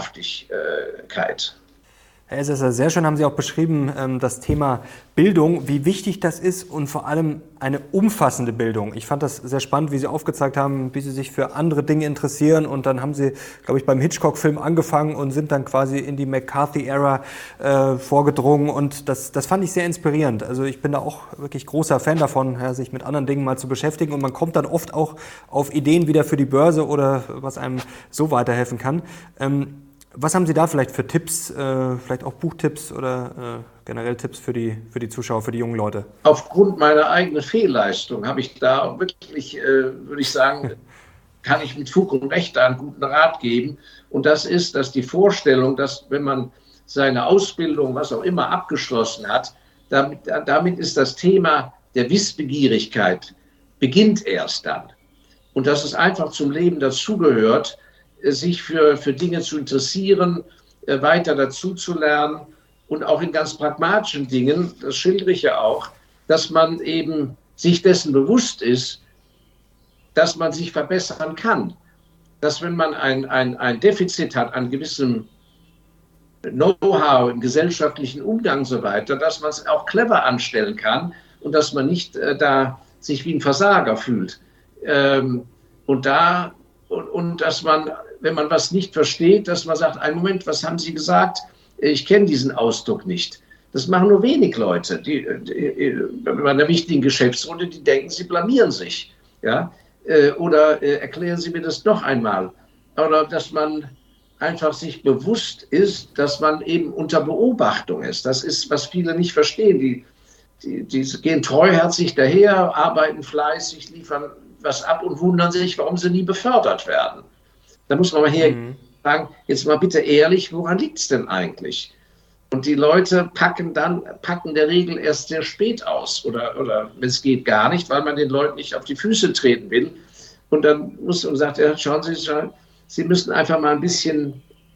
Sinnhaftigkeit. Herr Elsässer, sehr schön haben Sie auch beschrieben, das Thema Bildung, wie wichtig das ist und vor allem eine umfassende Bildung. Ich fand das sehr spannend, wie Sie aufgezeigt haben, wie Sie sich für andere Dinge interessieren, und dann haben Sie, glaube ich, beim Hitchcock-Film angefangen und sind dann quasi in die McCarthy-Ära äh, vorgedrungen, und das, das fand ich sehr inspirierend. Also ich bin da auch wirklich großer Fan davon, ja, sich mit anderen Dingen mal zu beschäftigen, und man kommt dann oft auch auf Ideen wieder für die Börse oder was einem so weiterhelfen kann. Ähm, Was haben Sie da vielleicht für Tipps, äh, vielleicht auch Buchtipps oder äh, generell Tipps für die, für die Zuschauer, für die jungen Leute? Aufgrund meiner eigenen Fehlleistung habe ich da auch wirklich, äh, würde ich sagen, kann ich mit Fug und Recht da einen guten Rat geben. Und das ist, dass die Vorstellung, dass wenn man seine Ausbildung, was auch immer, abgeschlossen hat, damit, damit ist das Thema der Wissbegierigkeit, beginnt erst dann. Und dass es einfach zum Leben dazugehört, sich für, für Dinge zu interessieren, äh, weiter dazu zu lernen, und auch in ganz pragmatischen Dingen, das schildere ich ja auch, dass man eben sich dessen bewusst ist, dass man sich verbessern kann. Dass wenn man ein, ein, ein Defizit hat an gewissem Know-how im gesellschaftlichen Umgang und so weiter, dass man es auch clever anstellen kann und dass man nicht äh, da sich wie ein Versager fühlt. Ähm, und da Und, und dass man, wenn man was nicht versteht, dass man sagt, einen Moment, was haben Sie gesagt? Ich kenne diesen Ausdruck nicht. Das machen nur wenig Leute. Die, die, bei einer wichtigen Geschäftsrunde, die denken, sie blamieren sich. Ja? Oder äh, erklären Sie mir das noch einmal. Oder dass man einfach sich bewusst ist, dass man eben unter Beobachtung ist. Das ist, was viele nicht verstehen. Die, die, die gehen treuherzig daher, arbeiten fleißig, liefern was ab und wundern sich, warum sie nie befördert werden. Da muss man mal her mhm. sagen, jetzt mal bitte ehrlich, woran liegt es denn eigentlich? Und die Leute packen dann, packen der Regel erst sehr spät aus oder, oder wenn es geht, gar nicht, weil man den Leuten nicht auf die Füße treten will. Und dann muss man sagen, ja, schauen Sie, Sie müssen einfach mal ein bisschen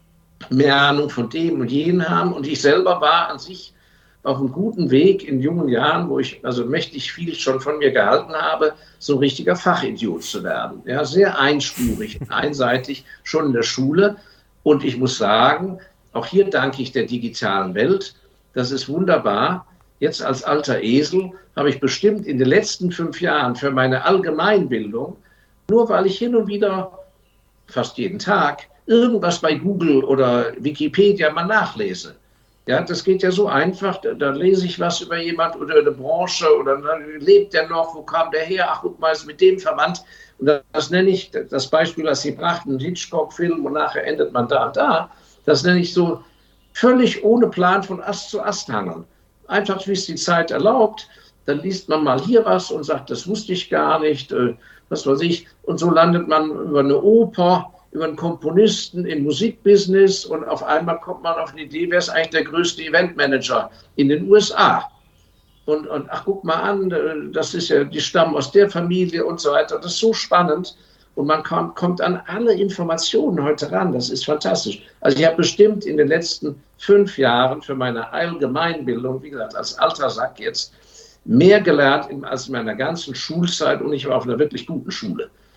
mehr Ahnung von dem und jenem haben. Und ich selber war an sich auf einem guten Weg in jungen Jahren, wo ich also mächtig viel schon von mir gehalten habe, so ein richtiger Fachidiot zu werden. Ja, sehr einspurig, einseitig, schon in der Schule. Und ich muss sagen, auch hier danke ich der digitalen Welt. Das ist wunderbar. Jetzt als alter Esel habe ich bestimmt in den letzten fünf Jahren für meine Allgemeinbildung, nur weil ich hin und wieder, fast jeden Tag, irgendwas bei Google oder Wikipedia mal nachlese. Ja, das geht ja so einfach, da, da lese ich was über jemand oder eine Branche oder lebt der noch, wo kam der her, ach guck mal, ist mit dem verwandt. Und das, das nenne ich, das Beispiel, was Sie brachten, ein Hitchcock-Film und nachher endet man da und da, das nenne ich so völlig ohne Plan von Ast zu Ast hangeln. Einfach, wie es die Zeit erlaubt, dann liest man mal hier was und sagt, das wusste ich gar nicht, äh, was weiß ich. Und so landet man über eine Oper, über einen Komponisten im Musikbusiness und auf einmal kommt man auf eine Idee, wer ist eigentlich der größte Eventmanager in den U S A? Und, und ach, guck mal an, das ist ja, die stammen aus der Familie und so weiter. Das ist so spannend und man kommt, kommt an alle Informationen heute ran. Das ist fantastisch. Also ich habe bestimmt in den letzten fünf Jahren für meine Allgemeinbildung, wie gesagt, als alter Sack jetzt, mehr gelernt als in meiner ganzen Schulzeit und ich war auf einer wirklich guten Schule.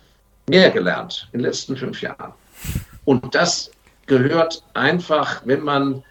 mehr gelernt in den letzten fünf Jahren. Und das gehört einfach, wenn man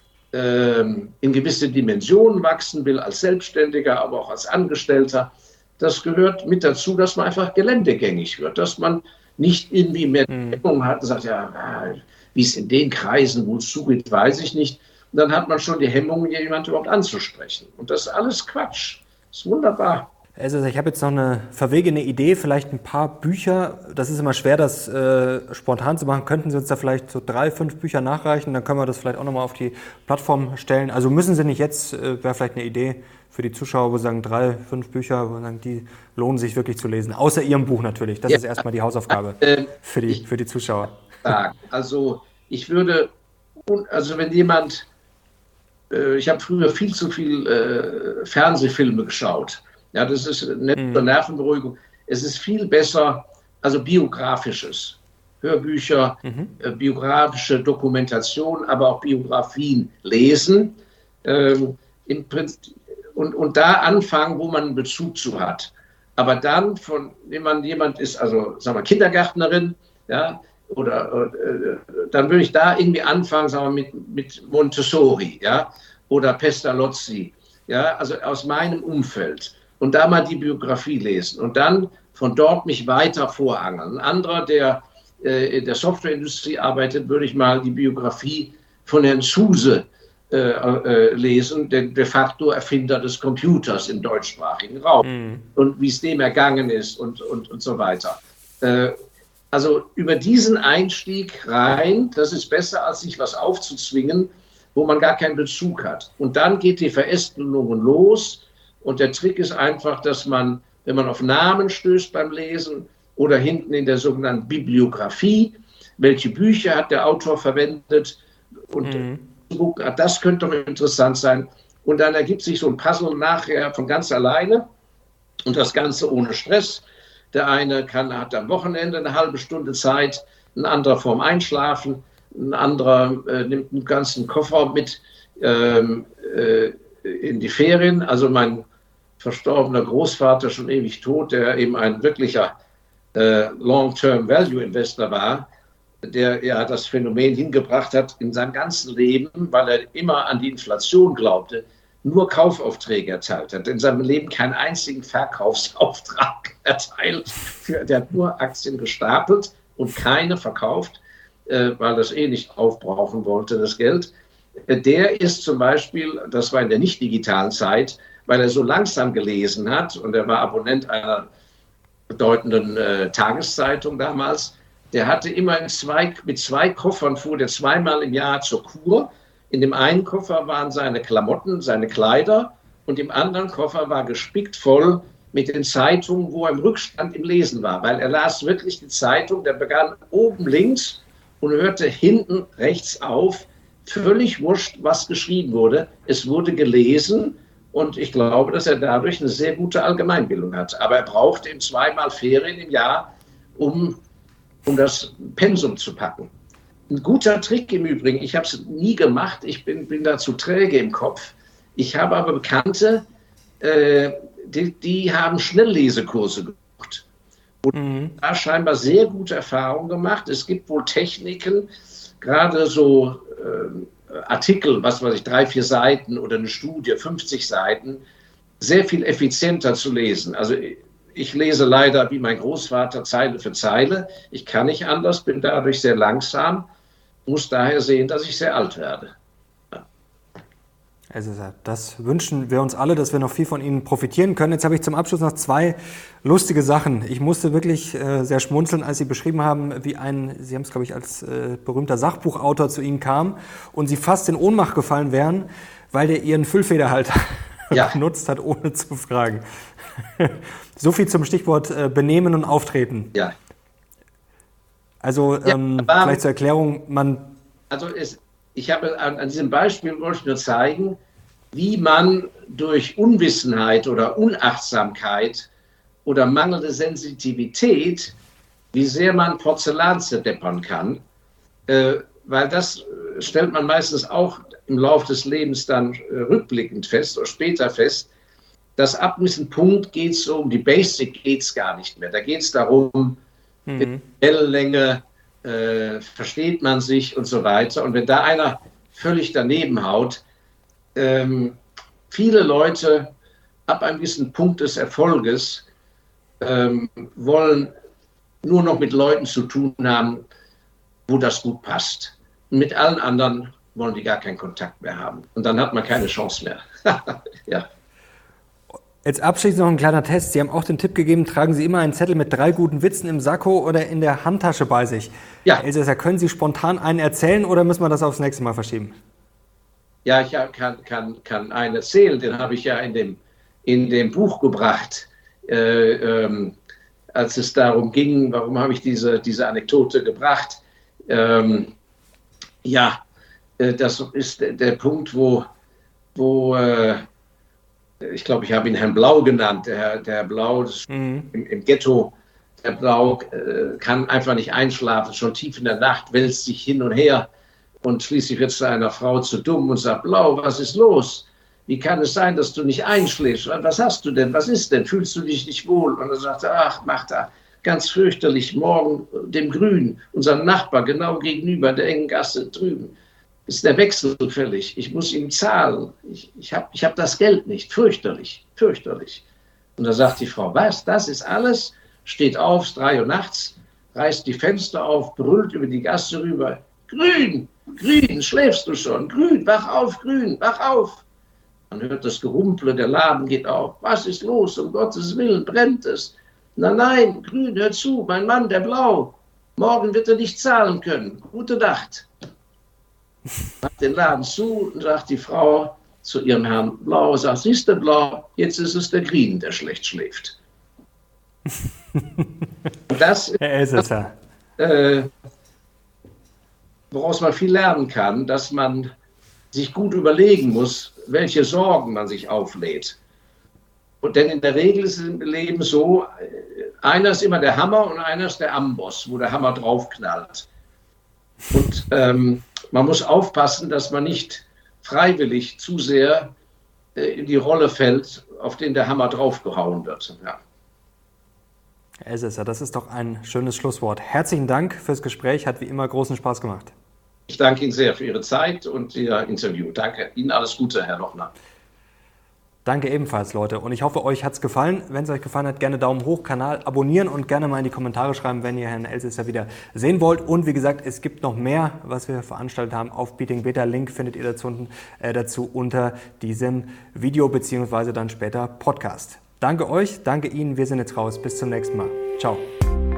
ähm, in gewisse Dimensionen wachsen will, als Selbstständiger, aber auch als Angestellter, das gehört mit dazu, dass man einfach geländegängig wird, dass man nicht irgendwie mehr Hemmung hat und sagt, ja, wie es in den Kreisen wohl zugeht, weiß ich nicht. Und dann hat man schon die Hemmung, jemanden überhaupt anzusprechen. Und das ist alles Quatsch. Das ist wunderbar. Also ich habe jetzt noch eine verwegene Idee, vielleicht ein paar Bücher. Das ist immer schwer, das äh, spontan zu machen. Könnten Sie uns da vielleicht so drei, fünf Bücher nachreichen? Dann können wir das vielleicht auch nochmal auf die Plattform stellen. Also müssen Sie nicht jetzt, äh, wäre vielleicht eine Idee für die Zuschauer, wo Sie sagen, drei, fünf Bücher, wo Sie sagen, die lohnen sich wirklich zu lesen. Außer Ihrem Buch natürlich. Das ja. ist erstmal die Hausaufgabe äh, für, die, für die Zuschauer. Sagen. Also ich würde, also wenn jemand, äh, ich habe früher viel zu viel äh, Fernsehfilme geschaut. Ja, das ist nett zur mhm. Nervenberuhigung. Es ist viel besser, also biografisches, Hörbücher, mhm. äh, biografische Dokumentation, aber auch Biografien lesen ähm, im Prinzip, und, und da anfangen, wo man einen Bezug zu hat. Aber dann, von, wenn man jemand ist, also sagen wir Kindergärtnerin, ja, oder äh, dann würde ich da irgendwie anfangen, sagen wir mit, mit Montessori, ja, oder Pestalozzi, ja, also aus meinem Umfeld. Und da mal die Biografie lesen und dann von dort mich weiter vorangeln. Ein anderer, der äh, in der Softwareindustrie arbeitet, würde ich mal die Biografie von Herrn Zuse äh, äh, lesen, der de facto Erfinder des Computers im deutschsprachigen Raum mhm. und wie es dem ergangen ist und, und, und so weiter. Äh, also über diesen Einstieg rein, das ist besser, als sich was aufzuzwingen, wo man gar keinen Bezug hat. Und dann geht die Verästelung los. Und der Trick ist einfach, dass man, wenn man auf Namen stößt beim Lesen oder hinten in der sogenannten Bibliografie, welche Bücher hat der Autor verwendet und mhm. das könnte doch interessant sein. Und dann ergibt sich so ein Puzzle nachher von ganz alleine und das Ganze ohne Stress. Der eine kann, hat am Wochenende eine halbe Stunde Zeit, ein anderer vorm Einschlafen, ein anderer äh, nimmt einen ganzen Koffer mit ähm, äh, in die Ferien. Also mein verstorbener Großvater, schon ewig tot, der eben ein wirklicher äh, Long-Term-Value-Investor war, der ja das Phänomen hingebracht hat in seinem ganzen Leben, weil er immer an die Inflation glaubte, nur Kaufaufträge erteilt hat. In seinem Leben keinen einzigen Verkaufsauftrag erteilt. Für, der hat nur Aktien gestapelt und keine verkauft, äh, weil das eh nicht aufbrauchen wollte, das Geld. Der ist zum Beispiel, das war in der nicht digitalen Zeit, weil er so langsam gelesen hat und er war Abonnent einer bedeutenden äh, Tageszeitung damals, der hatte immer in zwei, mit zwei Koffern, fuhr der zweimal im Jahr zur Kur. In dem einen Koffer waren seine Klamotten, seine Kleider und im anderen Koffer war gespickt voll mit den Zeitungen, wo er im Rückstand im Lesen war, weil er las wirklich die Zeitung, der begann oben links und hörte hinten rechts auf. Völlig wurscht, was geschrieben wurde. Es wurde gelesen und ich glaube, dass er dadurch eine sehr gute Allgemeinbildung hat. Aber er braucht eben zweimal Ferien im Jahr, um, um das Pensum zu packen. Ein guter Trick im Übrigen, ich habe es nie gemacht, ich bin, bin dazu träge im Kopf. Ich habe aber Bekannte, äh, die, die haben Schnelllesekurse gemacht und mhm. da scheinbar sehr gute Erfahrungen gemacht. Es gibt wohl Techniken, gerade so äh, Artikel, was weiß ich, drei, vier Seiten oder eine Studie, fünfzig Seiten, sehr viel effizienter zu lesen. Also ich lese leider wie mein Großvater Zeile für Zeile. Ich kann nicht anders, bin dadurch sehr langsam, muss daher sehen, dass ich sehr alt werde. Ja. Also das wünschen wir uns alle, dass wir noch viel von Ihnen profitieren können. Jetzt habe ich zum Abschluss noch zwei lustige Sachen. Ich musste wirklich äh, sehr schmunzeln, als Sie beschrieben haben, wie ein, Sie haben es, glaube ich, als äh, berühmter Sachbuchautor zu Ihnen kam und Sie fast in Ohnmacht gefallen wären, weil der Ihren Füllfederhalter ja. benutzt hat, ohne zu fragen. So viel zum Stichwort äh, Benehmen und Auftreten. Ja. Also ja, ähm, vielleicht zur Erklärung, man... Also es, ich habe an, an diesem Beispiel wollte ich nur zeigen, wie man durch Unwissenheit oder Unachtsamkeit oder mangelnde Sensitivität, wie sehr man Porzellan zerdeppern kann, äh, weil das stellt man meistens auch im Laufe des Lebens dann äh, rückblickend fest oder später fest, dass ab einem Punkt geht es um die Basic geht es gar nicht mehr. Da geht es darum, mhm. Wellenlänge, äh, versteht man sich und so weiter. Und wenn da einer völlig daneben haut, ähm, viele Leute ab einem gewissen Punkt des Erfolges ähm, wollen nur noch mit Leuten zu tun haben, wo das gut passt. Und mit allen anderen wollen die gar keinen Kontakt mehr haben. Und dann hat man keine Chance mehr. Ja. Jetzt abschließend noch ein kleiner Test. Sie haben auch den Tipp gegeben, tragen Sie immer einen Zettel mit drei guten Witzen im Sakko oder in der Handtasche bei sich. Ja. Herr Elsässer, können Sie spontan einen erzählen oder müssen wir das aufs nächste Mal verschieben? Ja, ich kann, kann, kann einen erzählen. Den habe ich ja in dem, in dem Buch gebracht. Äh, ähm, als es darum ging, warum habe ich diese, diese Anekdote gebracht? Ähm, ja, äh, das ist der, der Punkt, wo, wo äh, ich glaube, ich habe ihn Herrn Blau genannt, der Herr, der Herr Blau mhm. im, im Ghetto, der Blau äh, kann einfach nicht einschlafen, schon tief in der Nacht, wälzt sich hin und her und schließlich wird zu einer Frau zu dumm und sagt, Blau, was ist los? Wie kann es sein, dass du nicht einschläfst? Was hast du denn? Was ist denn? Fühlst du dich nicht wohl? Und er sagte, ach, macht er ganz fürchterlich, morgen dem Grün, unserem Nachbar, genau gegenüber der engen Gasse drüben, ist der Wechsel fällig. Ich muss ihm zahlen. Ich, ich habe ich hab das Geld nicht. Fürchterlich, fürchterlich. Und da sagt die Frau, was, das ist alles? Steht auf, ist drei Uhr nachts, reißt die Fenster auf, brüllt über die Gasse rüber. Grün, Grün, schläfst du schon? Grün, wach auf, Grün, wach auf. Man hört das Gerumple, der Laden geht auf. Was ist los? Um Gottes Willen, brennt es? Nein, nein, Grün, hör zu, mein Mann, der Blau. Morgen wird er nicht zahlen können. Gute Nacht. Macht den Laden zu und sagt die Frau zu ihrem Herrn Blau, sagt, siehst du, Blau, jetzt ist es der Green, der schlecht schläft. Das ist das, äh, woraus man viel lernen kann, dass man sich gut überlegen muss, welche Sorgen man sich auflädt. Und denn in der Regel ist es im Leben so, einer ist immer der Hammer und einer ist der Amboss, wo der Hammer draufknallt. Und ähm, man muss aufpassen, dass man nicht freiwillig zu sehr äh, in die Rolle fällt, auf den der Hammer draufgehauen wird. Ja. Herr Elsässer, das ist doch ein schönes Schlusswort. Herzlichen Dank fürs Gespräch, hat wie immer großen Spaß gemacht. Ich danke Ihnen sehr für Ihre Zeit und Ihr Interview. Danke Ihnen, alles Gute, Herr Lochner. Danke ebenfalls, Leute. Und ich hoffe, euch hat es gefallen. Wenn es euch gefallen hat, gerne Daumen hoch, Kanal abonnieren und gerne mal in die Kommentare schreiben, wenn ihr Herrn Elsässer wieder sehen wollt. Und wie gesagt, es gibt noch mehr, was wir veranstaltet haben auf Beating Beta. Link findet ihr dazu, unten, äh, dazu unter diesem Video beziehungsweise dann später Podcast. Danke euch, danke Ihnen. Wir sind jetzt raus. Bis zum nächsten Mal. Ciao.